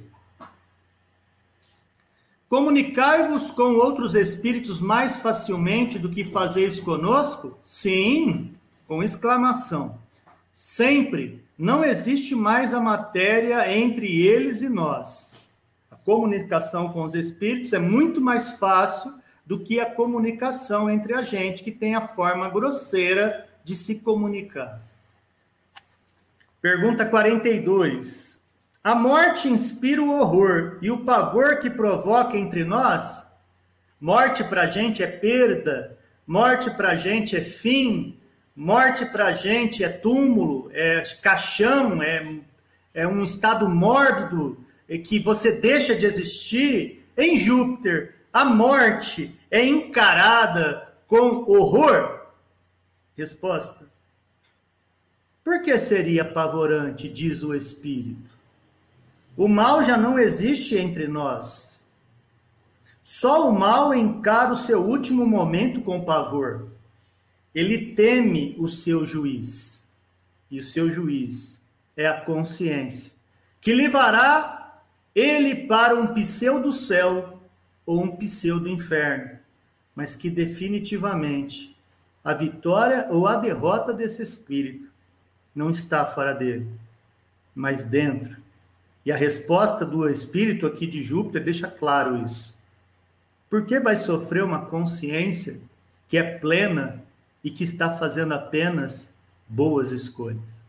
Comunicai-vos com outros espíritos mais facilmente do que fazeis conosco? Sim, com exclamação. Sempre não existe mais a matéria entre eles e nós. A comunicação com os espíritos é muito mais fácil do que a comunicação entre a gente, que tem a forma grosseira de se comunicar. Pergunta 42. A morte inspira o horror e o pavor que provoca entre nós? Morte para a gente é perda, morte para a gente é fim, morte para a gente é túmulo, é caixão, é um estado mórbido que você deixa de existir. Em Júpiter, a morte é encarada com horror? Resposta: por que seria apavorante, diz o Espírito? O mal já não existe entre nós. Só o mal encara o seu último momento com pavor. Ele teme o seu juiz. E o seu juiz é a consciência, que levará ele para um pseudo-céu ou um pseudo-inferno, mas que definitivamente a vitória ou a derrota desse espírito não está fora dele, mas dentro. E a resposta do espírito aqui de Júpiter deixa claro isso. Por que vai sofrer uma consciência que é plena e que está fazendo apenas boas escolhas?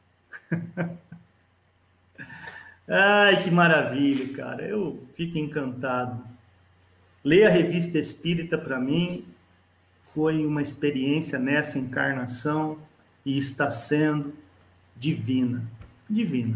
Ai, que maravilha, cara. Eu fico encantado. Ler a Revista Espírita, para mim, foi uma experiência nessa encarnação e está sendo divina. Divina.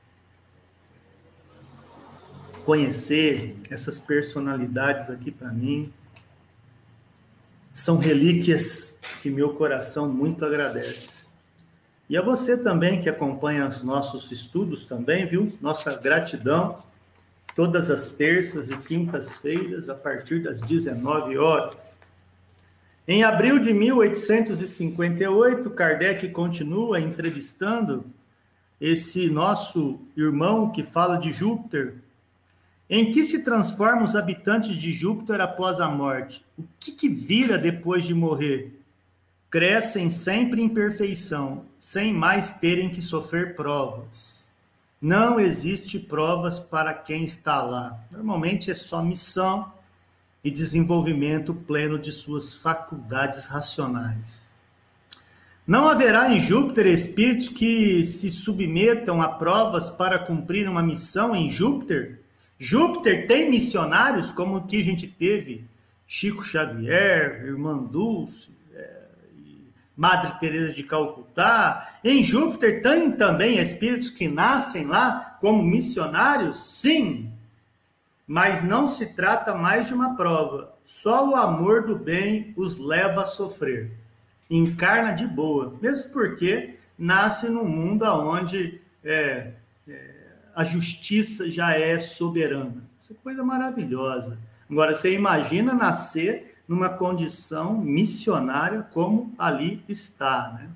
Conhecer essas personalidades aqui, para mim, são relíquias que meu coração muito agradece. E a você também que acompanha os nossos estudos também, viu? Nossa gratidão, todas as terças e quintas-feiras, a partir das 19 horas. Em abril de 1858, Kardec continua entrevistando esse nosso irmão que fala de Júpiter, Em que se transformam os habitantes de Júpiter após a morte? O que vira depois de morrer? Crescem sempre em perfeição, sem mais terem que sofrer provas. Não existe provas para quem está lá. Normalmente é só missão e desenvolvimento pleno de suas faculdades racionais. Não haverá em Júpiter espíritos que se submetam a provas para cumprir uma missão em Júpiter? Júpiter tem missionários, como o que a gente teve, Chico Xavier, Irmã Dulce, Madre Teresa de Calcutá. Em Júpiter tem também espíritos que nascem lá como missionários? Sim, mas não se trata mais de uma prova. Só o amor do bem os leva a sofrer. Encarna de boa, mesmo porque nasce num mundo onde a justiça já é soberana. Isso é coisa maravilhosa. Agora, você imagina nascer numa condição missionária como ali está, né?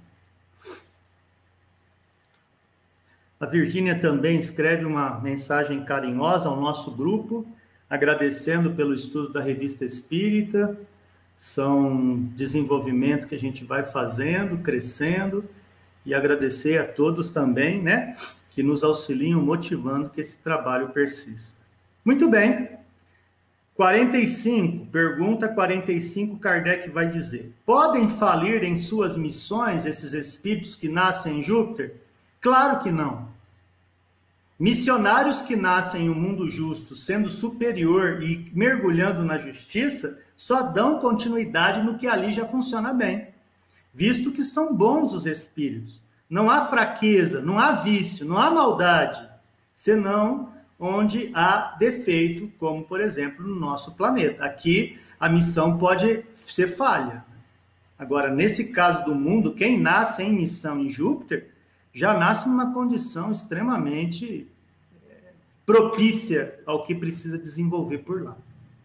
A Virgínia também escreve uma mensagem carinhosa ao nosso grupo, agradecendo pelo estudo da Revista Espírita. São desenvolvimentos que a gente vai fazendo, crescendo, e agradecer a todos também, né, que nos auxiliam, motivando que esse trabalho persista. Muito bem. 45, pergunta 45, Kardec vai dizer: podem falir em suas missões esses espíritos que nascem em Júpiter? Claro que não. Missionários que nascem em um mundo justo, sendo superior e mergulhando na justiça, só dão continuidade no que ali já funciona bem, visto que são bons os espíritos. Não há fraqueza, não há vício, não há maldade, senão onde há defeito, como, por exemplo, no nosso planeta. Aqui, a missão pode ser falha. Agora, nesse caso do mundo, quem nasce em missão em Júpiter, já nasce numa condição extremamente propícia ao que precisa desenvolver por lá.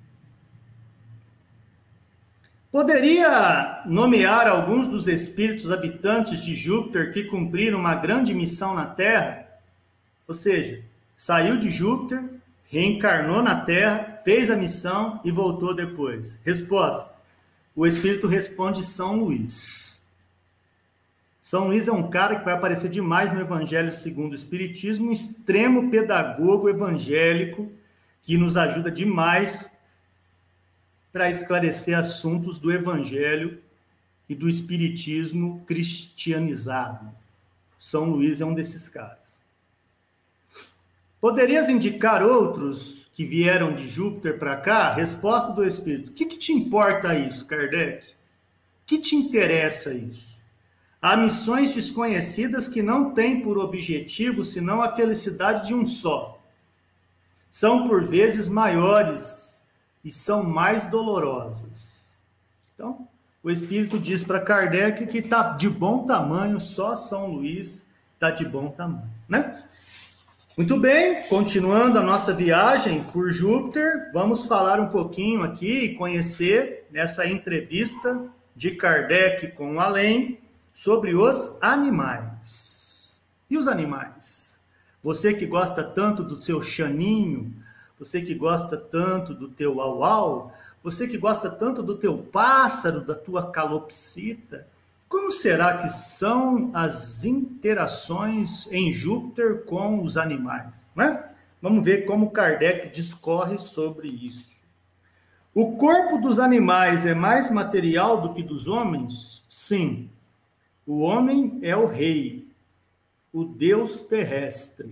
Poderia nomear alguns dos espíritos habitantes de Júpiter que cumpriram uma grande missão na Terra? Ou seja, saiu de Júpiter, reencarnou na Terra, fez a missão e voltou depois. Resposta: o espírito responde São Luís. São Luís é um cara que vai aparecer demais no Evangelho segundo o Espiritismo, um extremo pedagogo evangélico que nos ajuda demais para esclarecer assuntos do Evangelho e do Espiritismo cristianizado. São Luís é um desses caras. Poderias indicar outros que vieram de Júpiter para cá? Resposta do Espírito: o que te importa isso, Kardec? O que te interessa isso? Há missões desconhecidas que não têm por objetivo senão a felicidade de um só. São por vezes maiores e são mais dolorosas. Então, o Espírito diz para Kardec que está de bom tamanho, só São Luís está de bom tamanho, né? Muito bem, continuando a nossa viagem por Júpiter, vamos falar um pouquinho aqui e conhecer nessa entrevista de Kardec com o além sobre os animais. E os animais? Você que gosta tanto do seu chaninho, você que gosta tanto do teu au-au, você que gosta tanto do teu pássaro, da tua calopsita, como será que são as interações em Júpiter com os animais? Não é? Vamos ver como Kardec discorre sobre isso. O corpo dos animais é mais material do que dos homens? Sim. O homem é o rei, o Deus terrestre.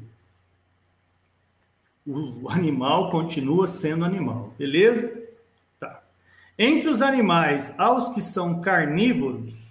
O animal continua sendo animal, beleza? Tá. Entre os animais, há os que são carnívoros.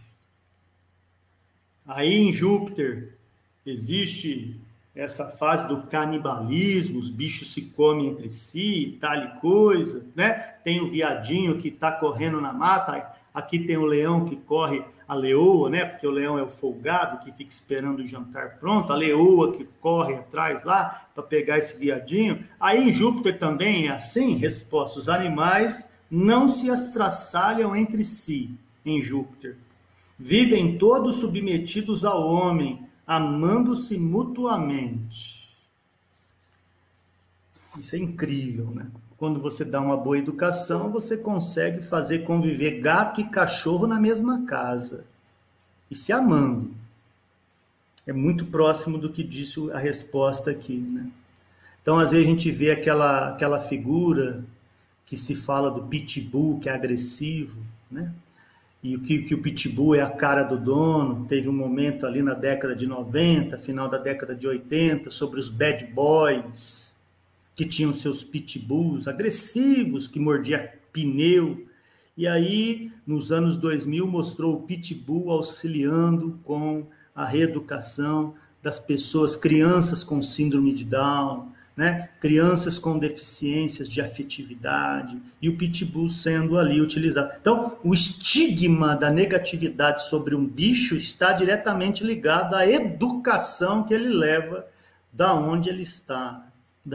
Aí em Júpiter existe essa fase do canibalismo, os bichos se comem entre si, tal e coisa, né? Tem o viadinho que está correndo na mata, aqui tem o leão que corre, a leoa, né? Porque o leão é o folgado que fica esperando o jantar pronto, a leoa que corre atrás lá para pegar esse viadinho. Aí em Júpiter também é assim? Resposta: os animais não se estraçalham entre si em Júpiter. Vivem todos submetidos ao homem, amando-se mutuamente. Isso é incrível, né? Quando você dá uma boa educação, você consegue fazer conviver gato e cachorro na mesma casa e se amando. É muito próximo do que disse a resposta aqui, né? Então, às vezes a gente vê aquela figura que se fala do pitbull, que é agressivo, né? E que o pitbull é a cara do dono. Teve um momento ali na década de 90, final da década de 80, sobre os bad boys, que tinham seus pitbulls agressivos, que mordia pneu. E aí, nos anos 2000, mostrou o pitbull auxiliando com a reeducação das pessoas, crianças com síndrome de Down, né? Crianças com deficiências de afetividade, e o pitbull sendo ali utilizado. Então, o estigma da negatividade sobre um bicho está diretamente ligado à educação que ele leva da onde ele está.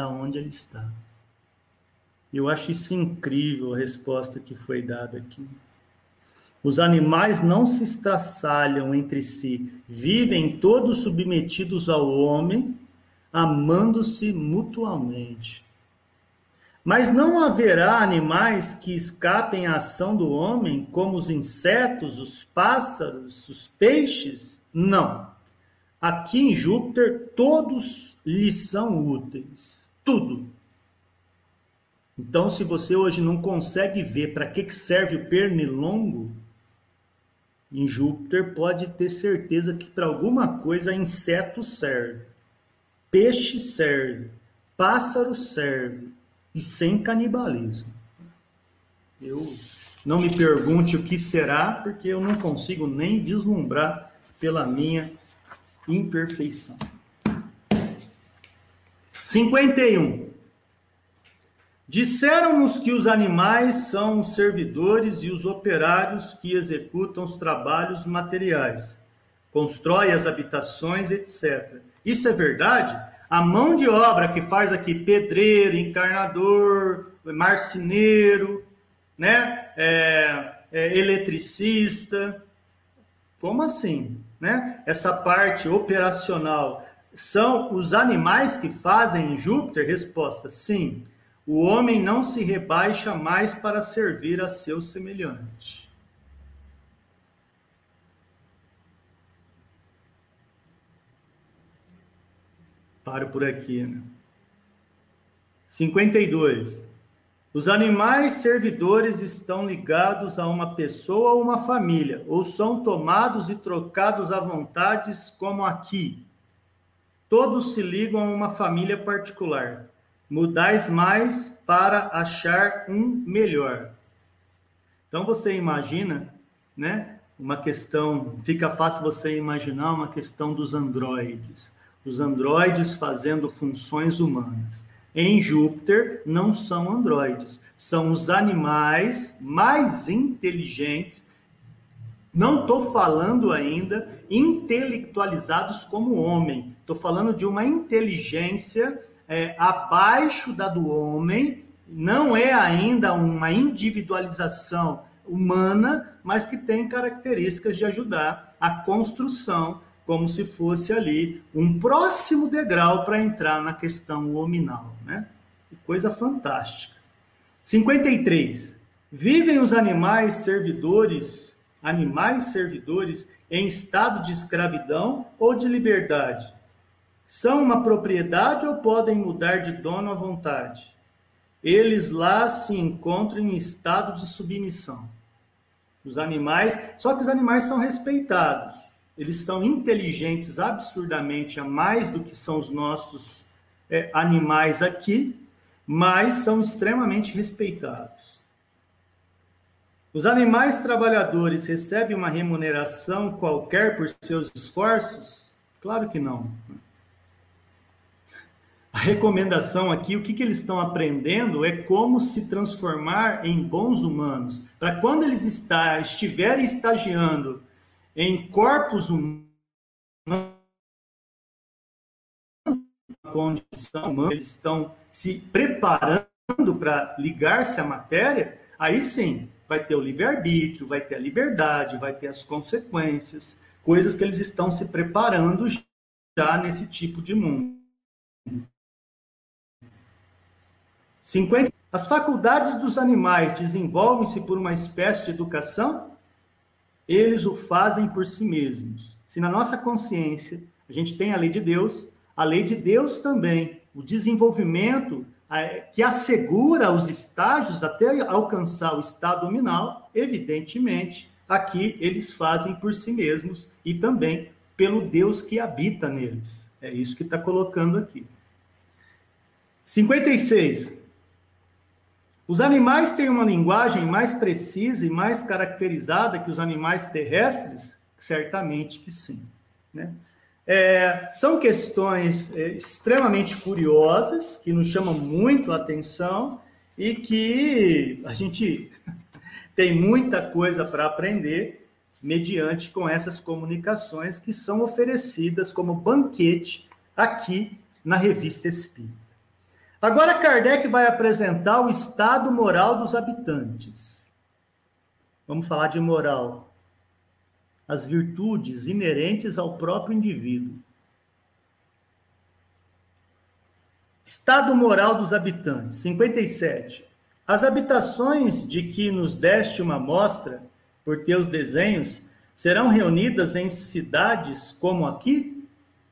Eu acho isso incrível, a resposta que foi dada aqui. Os animais não se estraçalham entre si, vivem todos submetidos ao homem, amando-se mutuamente. Mas não haverá animais que escapem à ação do homem, como os insetos, os pássaros, os peixes? Não. Aqui em Júpiter, todos lhes são úteis. Tudo. Então, se você hoje não consegue ver para que serve o pernilongo, em Júpiter pode ter certeza que para alguma coisa inseto serve, peixe serve, pássaro serve, e sem canibalismo. Eu não me pergunte o que será, porque eu não consigo nem vislumbrar pela minha imperfeição. 51. Disseram-nos que os animais são os servidores e os operários que executam os trabalhos materiais, constroem as habitações, etc. Isso é verdade? A mão de obra que faz aqui pedreiro, encarnador, marceneiro, né? Eletricista, como assim? Né? Essa parte operacional são os animais que fazem em Júpiter? Resposta: sim. O homem não se rebaixa mais para servir a seu semelhante. Paro por aqui, né? 52. Os animais servidores estão ligados a uma pessoa ou uma família, ou são tomados e trocados à vontade, como aqui. Todos se ligam a uma família particular. Mudais mais para achar um melhor. Então você imagina, né? Uma questão, fica fácil você imaginar uma questão dos androides. Os androides fazendo funções humanas. Em Júpiter não são androides, são os animais mais inteligentes. Não estou falando ainda intelectualizados como homem. Estou falando de uma inteligência abaixo da do homem, não é ainda uma individualização humana, mas que tem características de ajudar a construção, como se fosse ali um próximo degrau para entrar na questão hominal, né? Coisa fantástica. 53. Vivem os animais servidores em estado de escravidão ou de liberdade? São uma propriedade ou podem mudar de dono à vontade? Eles lá se encontram em estado de submissão. Os animais, só que os animais são respeitados. Eles são inteligentes absurdamente a mais do que são os nossos animais aqui, mas são extremamente respeitados. Os animais trabalhadores recebem uma remuneração qualquer por seus esforços? Claro que não. A recomendação aqui, o que eles estão aprendendo é como se transformar em bons humanos. Para quando eles estiverem estagiando em corpos humanos, condição humana, eles estão se preparando para ligar-se à matéria, aí sim, vai ter o livre-arbítrio, vai ter a liberdade, vai ter as consequências, coisas que eles estão se preparando já nesse tipo de mundo. 50. As faculdades dos animais desenvolvem-se por uma espécie de educação? Eles o fazem por si mesmos. Se na nossa consciência a gente tem a lei de Deus também, o desenvolvimento que assegura os estágios até alcançar o estado nominal, evidentemente, aqui eles fazem por si mesmos e também pelo Deus que habita neles. É isso que está colocando aqui. 56. Os animais têm uma linguagem mais precisa e mais caracterizada que os animais terrestres? Certamente que sim, né? São questões extremamente curiosas, que nos chamam muito a atenção e que a gente tem muita coisa para aprender mediante com essas comunicações que são oferecidas como banquete aqui na Revista Espírita. Agora Kardec vai apresentar o estado moral dos habitantes. Vamos falar de moral. As virtudes inerentes ao próprio indivíduo. Estado moral dos habitantes. 57. As habitações de que nos deste uma mostra, por teus desenhos, serão reunidas em cidades como aqui?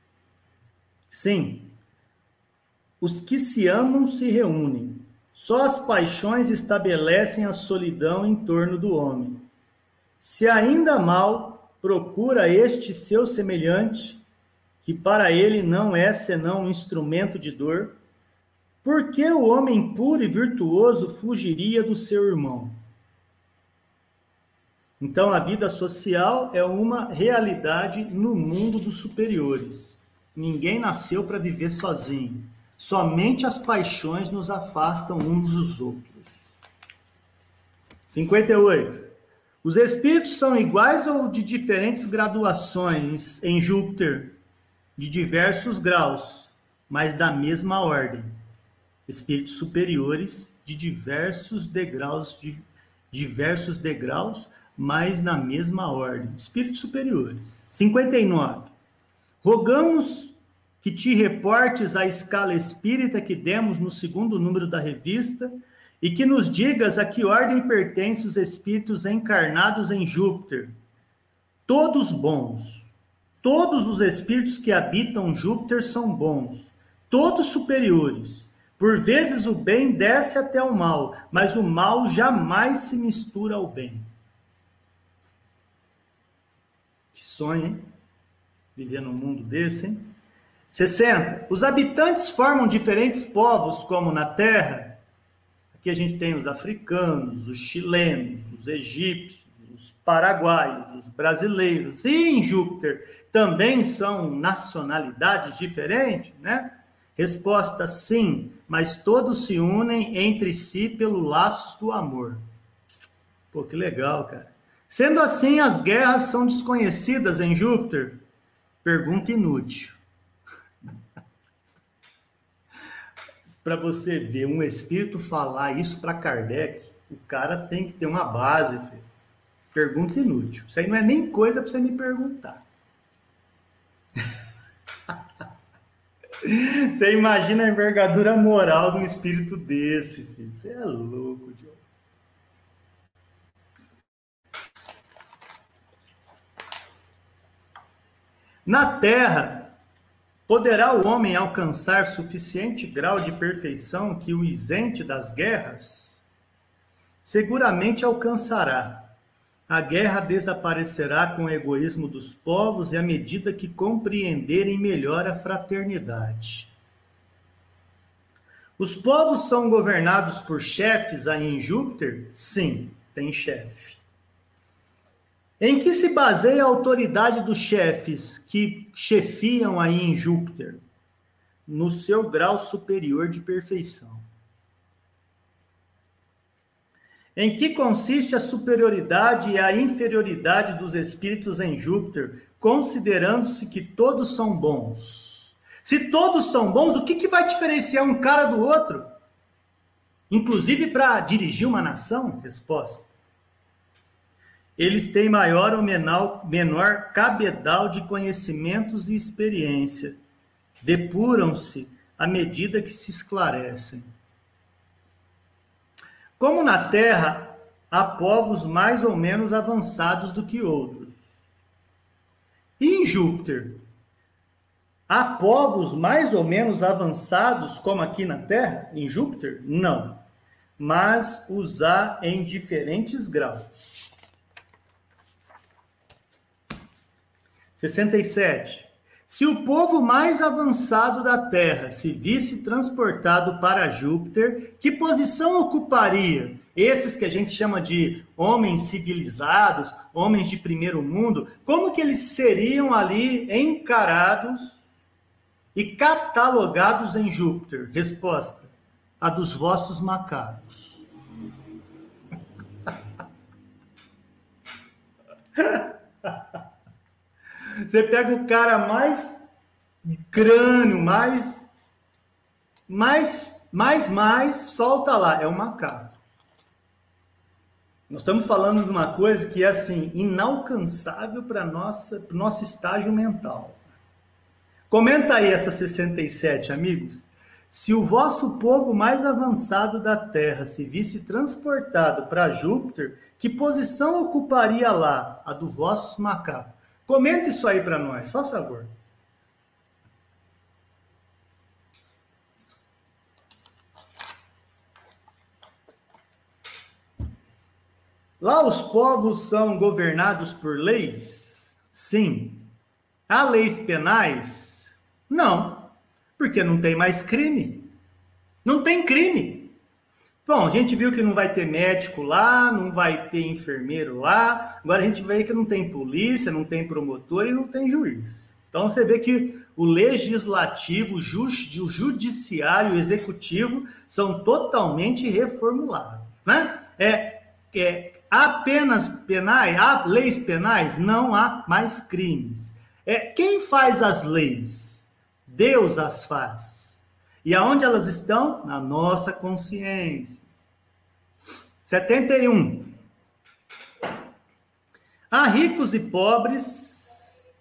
Sim. Os que se amam se reúnem. Só as paixões estabelecem a solidão em torno do homem. Se ainda mal procura este seu semelhante, que para ele não é senão um instrumento de dor, por que o homem puro e virtuoso fugiria do seu irmão? Então, a vida social é uma realidade no mundo dos superiores. Ninguém nasceu para viver sozinho. Somente as paixões nos afastam uns dos outros. 58. Os espíritos são iguais ou de diferentes graduações em Júpiter? De diversos graus, mas da mesma ordem. Espíritos superiores de diversos degraus, mas na mesma ordem. Espíritos superiores. 59. Rogamos que te reportes a escala espírita que demos no segundo número da revista e que nos digas a que ordem pertencem os espíritos encarnados em Júpiter. Todos bons. Todos os espíritos que habitam Júpiter são bons. Todos superiores. Por vezes o bem desce até o mal, mas o mal jamais se mistura ao bem. Que sonho, hein? Viver num mundo desse, hein? 60. Os habitantes formam diferentes povos, como na Terra. Aqui a gente tem os africanos, os chilenos, os egípcios, os paraguaios, os brasileiros. E em Júpiter também são nacionalidades diferentes, né? Resposta: sim, mas todos se unem entre si pelo laço do amor. Pô, que legal, cara. Sendo assim, as guerras são desconhecidas em Júpiter? Pergunta inútil. Para você ver um espírito falar isso para Kardec, o cara tem que ter uma base, filho. Pergunta inútil. Isso aí não é nem coisa para você me perguntar. Você imagina a envergadura moral de um espírito desse, filho. Você é louco, Diogo. Na Terra, poderá o homem alcançar suficiente grau de perfeição que o isente das guerras? Seguramente alcançará. A guerra desaparecerá com o egoísmo dos povos e à medida que compreenderem melhor a fraternidade. Os povos são governados por chefes aí em Júpiter? Sim, tem chefe. Em que se baseia a autoridade dos chefes que chefiam aí em Júpiter? No seu grau superior de perfeição. Em que consiste a superioridade e a inferioridade dos espíritos em Júpiter, considerando-se que todos são bons? Se todos são bons, o que vai diferenciar um cara do outro? Inclusive para dirigir uma nação? Resposta: eles têm maior ou menor cabedal de conhecimentos e experiência. Depuram-se à medida que se esclarecem. Como na Terra, há povos mais ou menos avançados do que outros. E em Júpiter, há povos mais ou menos avançados, como aqui na Terra, em Júpiter? Não. Mas os há em diferentes graus. 67. Se o povo mais avançado da Terra se visse transportado para Júpiter, que posição ocuparia? Esses que a gente chama de homens civilizados, homens de primeiro mundo, como que eles seriam ali encarados e catalogados em Júpiter? Resposta: a dos vossos macacos. Você pega o cara mais crânio, mais, solta lá, é um macaco. Nós estamos falando de uma coisa que é assim, inalcançável para o nosso estágio mental. Comenta aí essa 67, amigos. Se o vosso povo mais avançado da Terra se visse transportado para Júpiter, que posição ocuparia lá? A do vosso macaco. Comenta isso aí para nós, faz favor. Lá os povos são governados por leis? Sim. Há leis penais? Não, porque não tem mais crime. Não tem crime. Bom, a gente viu que não vai ter médico lá, não vai ter enfermeiro lá, agora a gente vê que não tem polícia, não tem promotor e não tem juiz. Então você vê que o legislativo, o judiciário e o executivo são totalmente reformulados, né? Há apenas penais, há leis penais? Não há mais crimes. Quem faz as leis? Deus as faz. E aonde elas estão? Na nossa consciência. 71. Há ricos e pobres.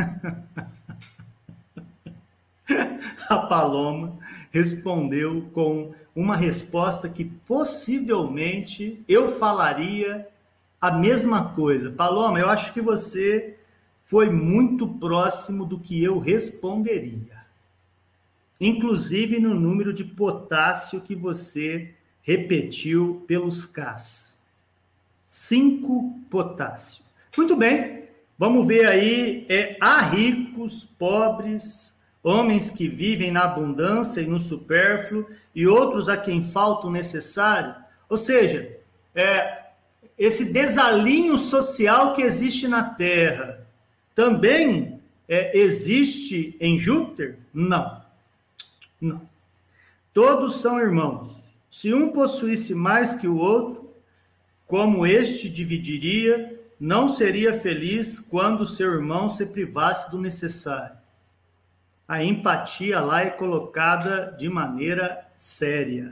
A Paloma respondeu com uma resposta que possivelmente eu falaria a mesma coisa. Paloma, eu acho que você foi muito próximo do que eu responderia. Inclusive no número de potássio que você repetiu pelos Ks. 5 potássio. Muito bem, vamos ver aí, há ricos, pobres, homens que vivem na abundância e no supérfluo, e outros a quem falta o necessário. Ou seja, esse desalinho social que existe na Terra, também existe em Júpiter? Não. Não. Todos são irmãos. Se um possuísse mais que o outro, como este dividiria, não seria feliz quando seu irmão se privasse do necessário. A empatia lá é colocada de maneira séria.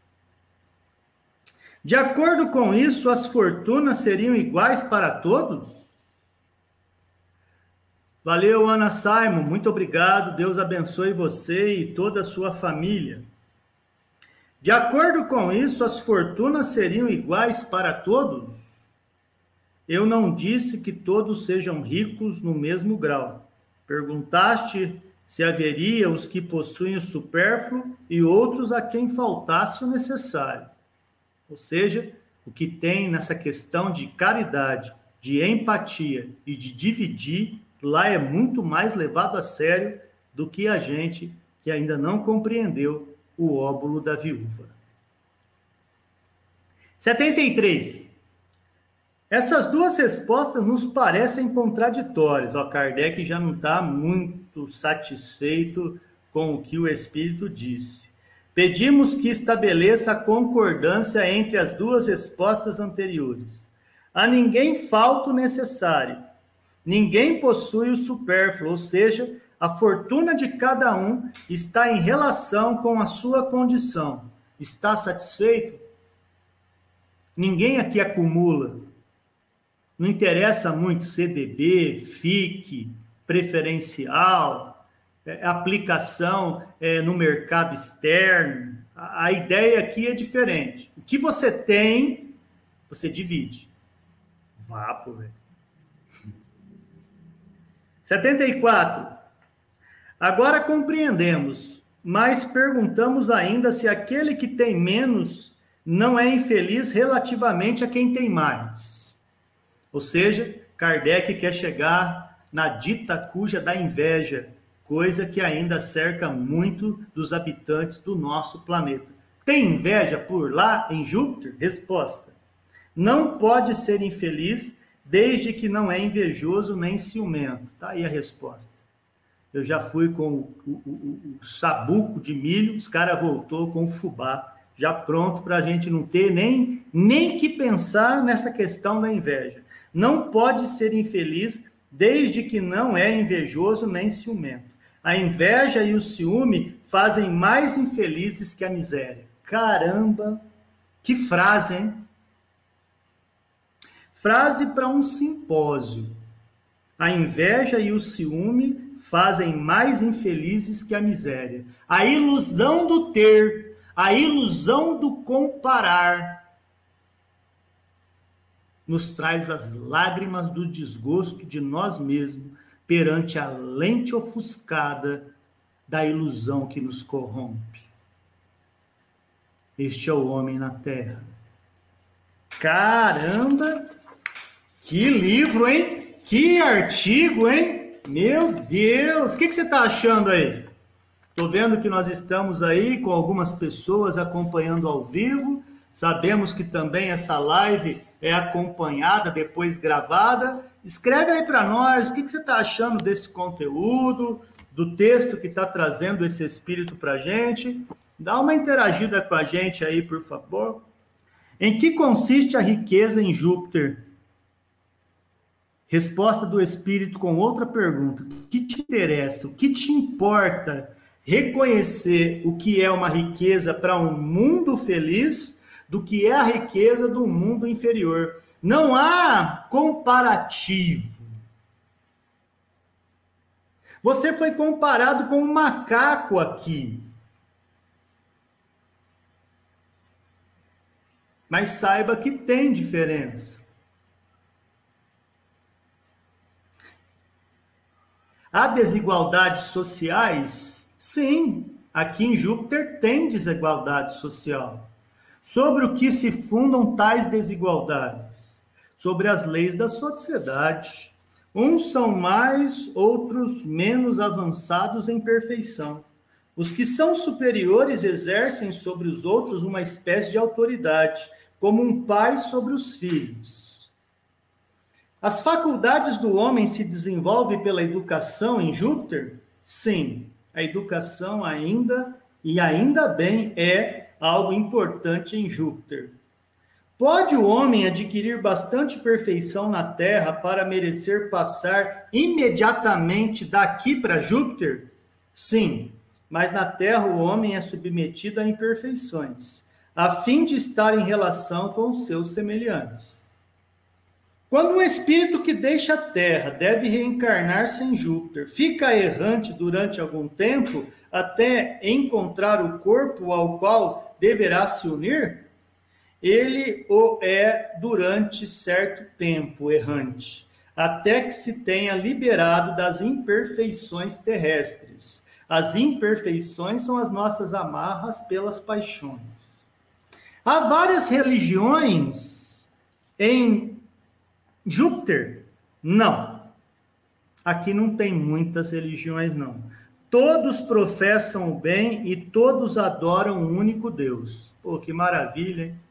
De acordo com isso, as fortunas seriam iguais para todos? Valeu, Ana Simon, muito obrigado. Deus abençoe você e toda a sua família. De acordo com isso, as fortunas seriam iguais para todos? Eu não disse que todos sejam ricos no mesmo grau. Perguntaste se haveria os que possuem o supérfluo e outros a quem faltasse o necessário. Ou seja, o que tem nessa questão de caridade, de empatia e de dividir, lá é muito mais levado a sério do que a gente que ainda não compreendeu o óbolo da viúva. 73. Essas duas respostas nos parecem contraditórias. Kardec já não está muito satisfeito com o que o Espírito disse. Pedimos que estabeleça a concordância entre as duas respostas anteriores. A ninguém falta o necessário. Ninguém possui o supérfluo, ou seja, a fortuna de cada um está em relação com a sua condição. Está satisfeito? Ninguém aqui acumula. Não interessa muito CDB, FIC, preferencial, aplicação no mercado externo. A ideia aqui é diferente. O O que você tem, você divide. Vapo, velho. 74. Agora compreendemos, mas perguntamos ainda se aquele que tem menos não é infeliz relativamente a quem tem mais. Ou seja, Kardec quer chegar na dita cuja da inveja, coisa que ainda cerca muito dos habitantes do nosso planeta. Tem inveja por lá em Júpiter? Resposta: não pode ser infeliz desde que não é invejoso nem ciumento. Tá aí a resposta. Eu já fui com o sabuco de milho, os caras voltou com o fubá, já pronto para a gente não ter nem que pensar nessa questão da inveja. Não pode ser infeliz desde que não é invejoso nem ciumento. A inveja e o ciúme fazem mais infelizes que a miséria. Caramba, que frase, hein? Frase para um simpósio. A inveja e o ciúme fazem mais infelizes que a miséria. A ilusão do ter, a ilusão do comparar, nos traz as lágrimas do desgosto de nós mesmos perante a lente ofuscada da ilusão que nos corrompe. Este é o homem na Terra. Caramba! Que livro, hein? Que artigo, hein? Meu Deus! O que você está achando aí? Estou vendo que nós estamos aí com algumas pessoas acompanhando ao vivo. Sabemos que também essa live é acompanhada, depois gravada. Escreve aí para nós o que você está achando desse conteúdo, do texto que está trazendo esse espírito para a gente. Dá uma interagida com a gente aí, por favor. Em que consiste a riqueza em Júpiter? Resposta do espírito com outra pergunta. O que te interessa? O que te importa reconhecer o que é uma riqueza para um mundo feliz do que é a riqueza do mundo inferior? Não há comparativo. Você foi comparado com um macaco aqui. Mas saiba que tem diferença. Há desigualdades sociais? Sim, aqui em Júpiter tem desigualdade social. Sobre o que se fundam tais desigualdades? Sobre as leis da sociedade. Uns são mais, outros menos avançados em perfeição. Os que são superiores exercem sobre os outros uma espécie de autoridade, como um pai sobre os filhos. As faculdades do homem se desenvolvem pela educação em Júpiter? Sim, a educação ainda bem é algo importante em Júpiter. Pode o homem adquirir bastante perfeição na Terra para merecer passar imediatamente daqui para Júpiter? Sim, mas na Terra o homem é submetido a imperfeições, a fim de estar em relação com os seus semelhantes. Quando um espírito que deixa a Terra deve reencarnar-se em Júpiter, fica errante durante algum tempo até encontrar o corpo ao qual deverá se unir? Ele o é durante certo tempo errante, até que se tenha liberado das imperfeições terrestres. As imperfeições são as nossas amarras pelas paixões. Há várias religiões em Júpiter? Não. Aqui não tem muitas religiões, não. Todos professam o bem e todos adoram um único Deus. Pô, que maravilha, hein?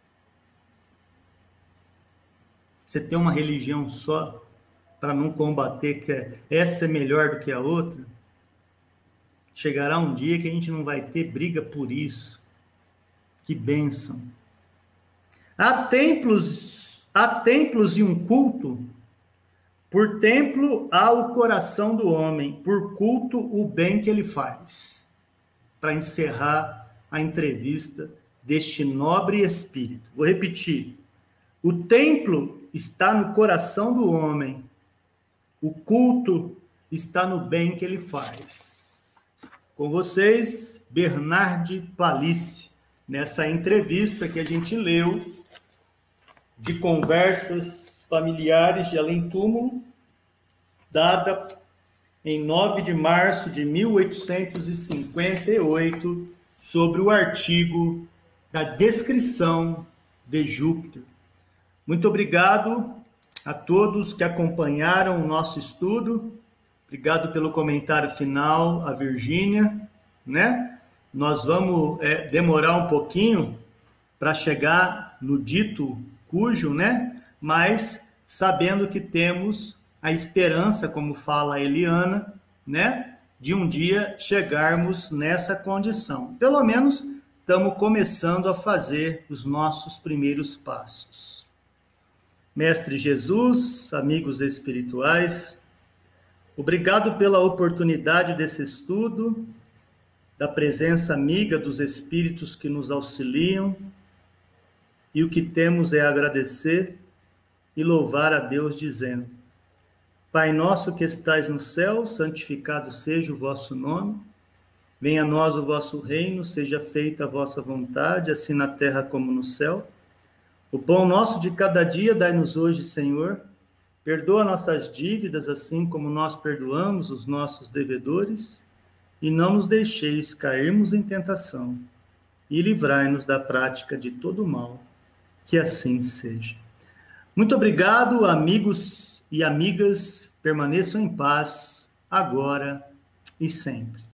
Você tem uma religião só para não combater que essa é melhor do que a outra? Chegará um dia que a gente não vai ter briga por isso. Que bênção. Há templos e um culto. Por templo há o coração do homem, por culto o bem que ele faz. Para encerrar a entrevista deste nobre espírito. Vou repetir. O templo está no coração do homem. O culto está no bem que ele faz. Com vocês, Bernard Palisse, nessa entrevista que a gente leu de Conversas Familiares de Além-Túmulo, dada em 9 de março de 1858, sobre o artigo da descrição de Júpiter. Muito obrigado a todos que acompanharam o nosso estudo. Obrigado pelo comentário final, a Virgínia, né? Nós vamos demorar um pouquinho para chegar no dito cujo, né? Mas sabendo que temos a esperança, como fala a Eliana, né? De um dia chegarmos nessa condição. Pelo menos estamos começando a fazer os nossos primeiros passos. Mestre Jesus, amigos espirituais, obrigado pela oportunidade desse estudo, da presença amiga dos espíritos que nos auxiliam, e o que temos é agradecer e louvar a Deus, dizendo: Pai nosso que estais no céu, santificado seja o vosso nome, venha a nós o vosso reino, seja feita a vossa vontade, assim na terra como no céu. O pão nosso de cada dia dai-nos hoje, Senhor. Perdoa nossas dívidas, assim como nós perdoamos os nossos devedores, e não nos deixeis cairmos em tentação, e livrai-nos da prática de todo mal, que assim seja. Muito obrigado, amigos e amigas, permaneçam em paz, agora e sempre.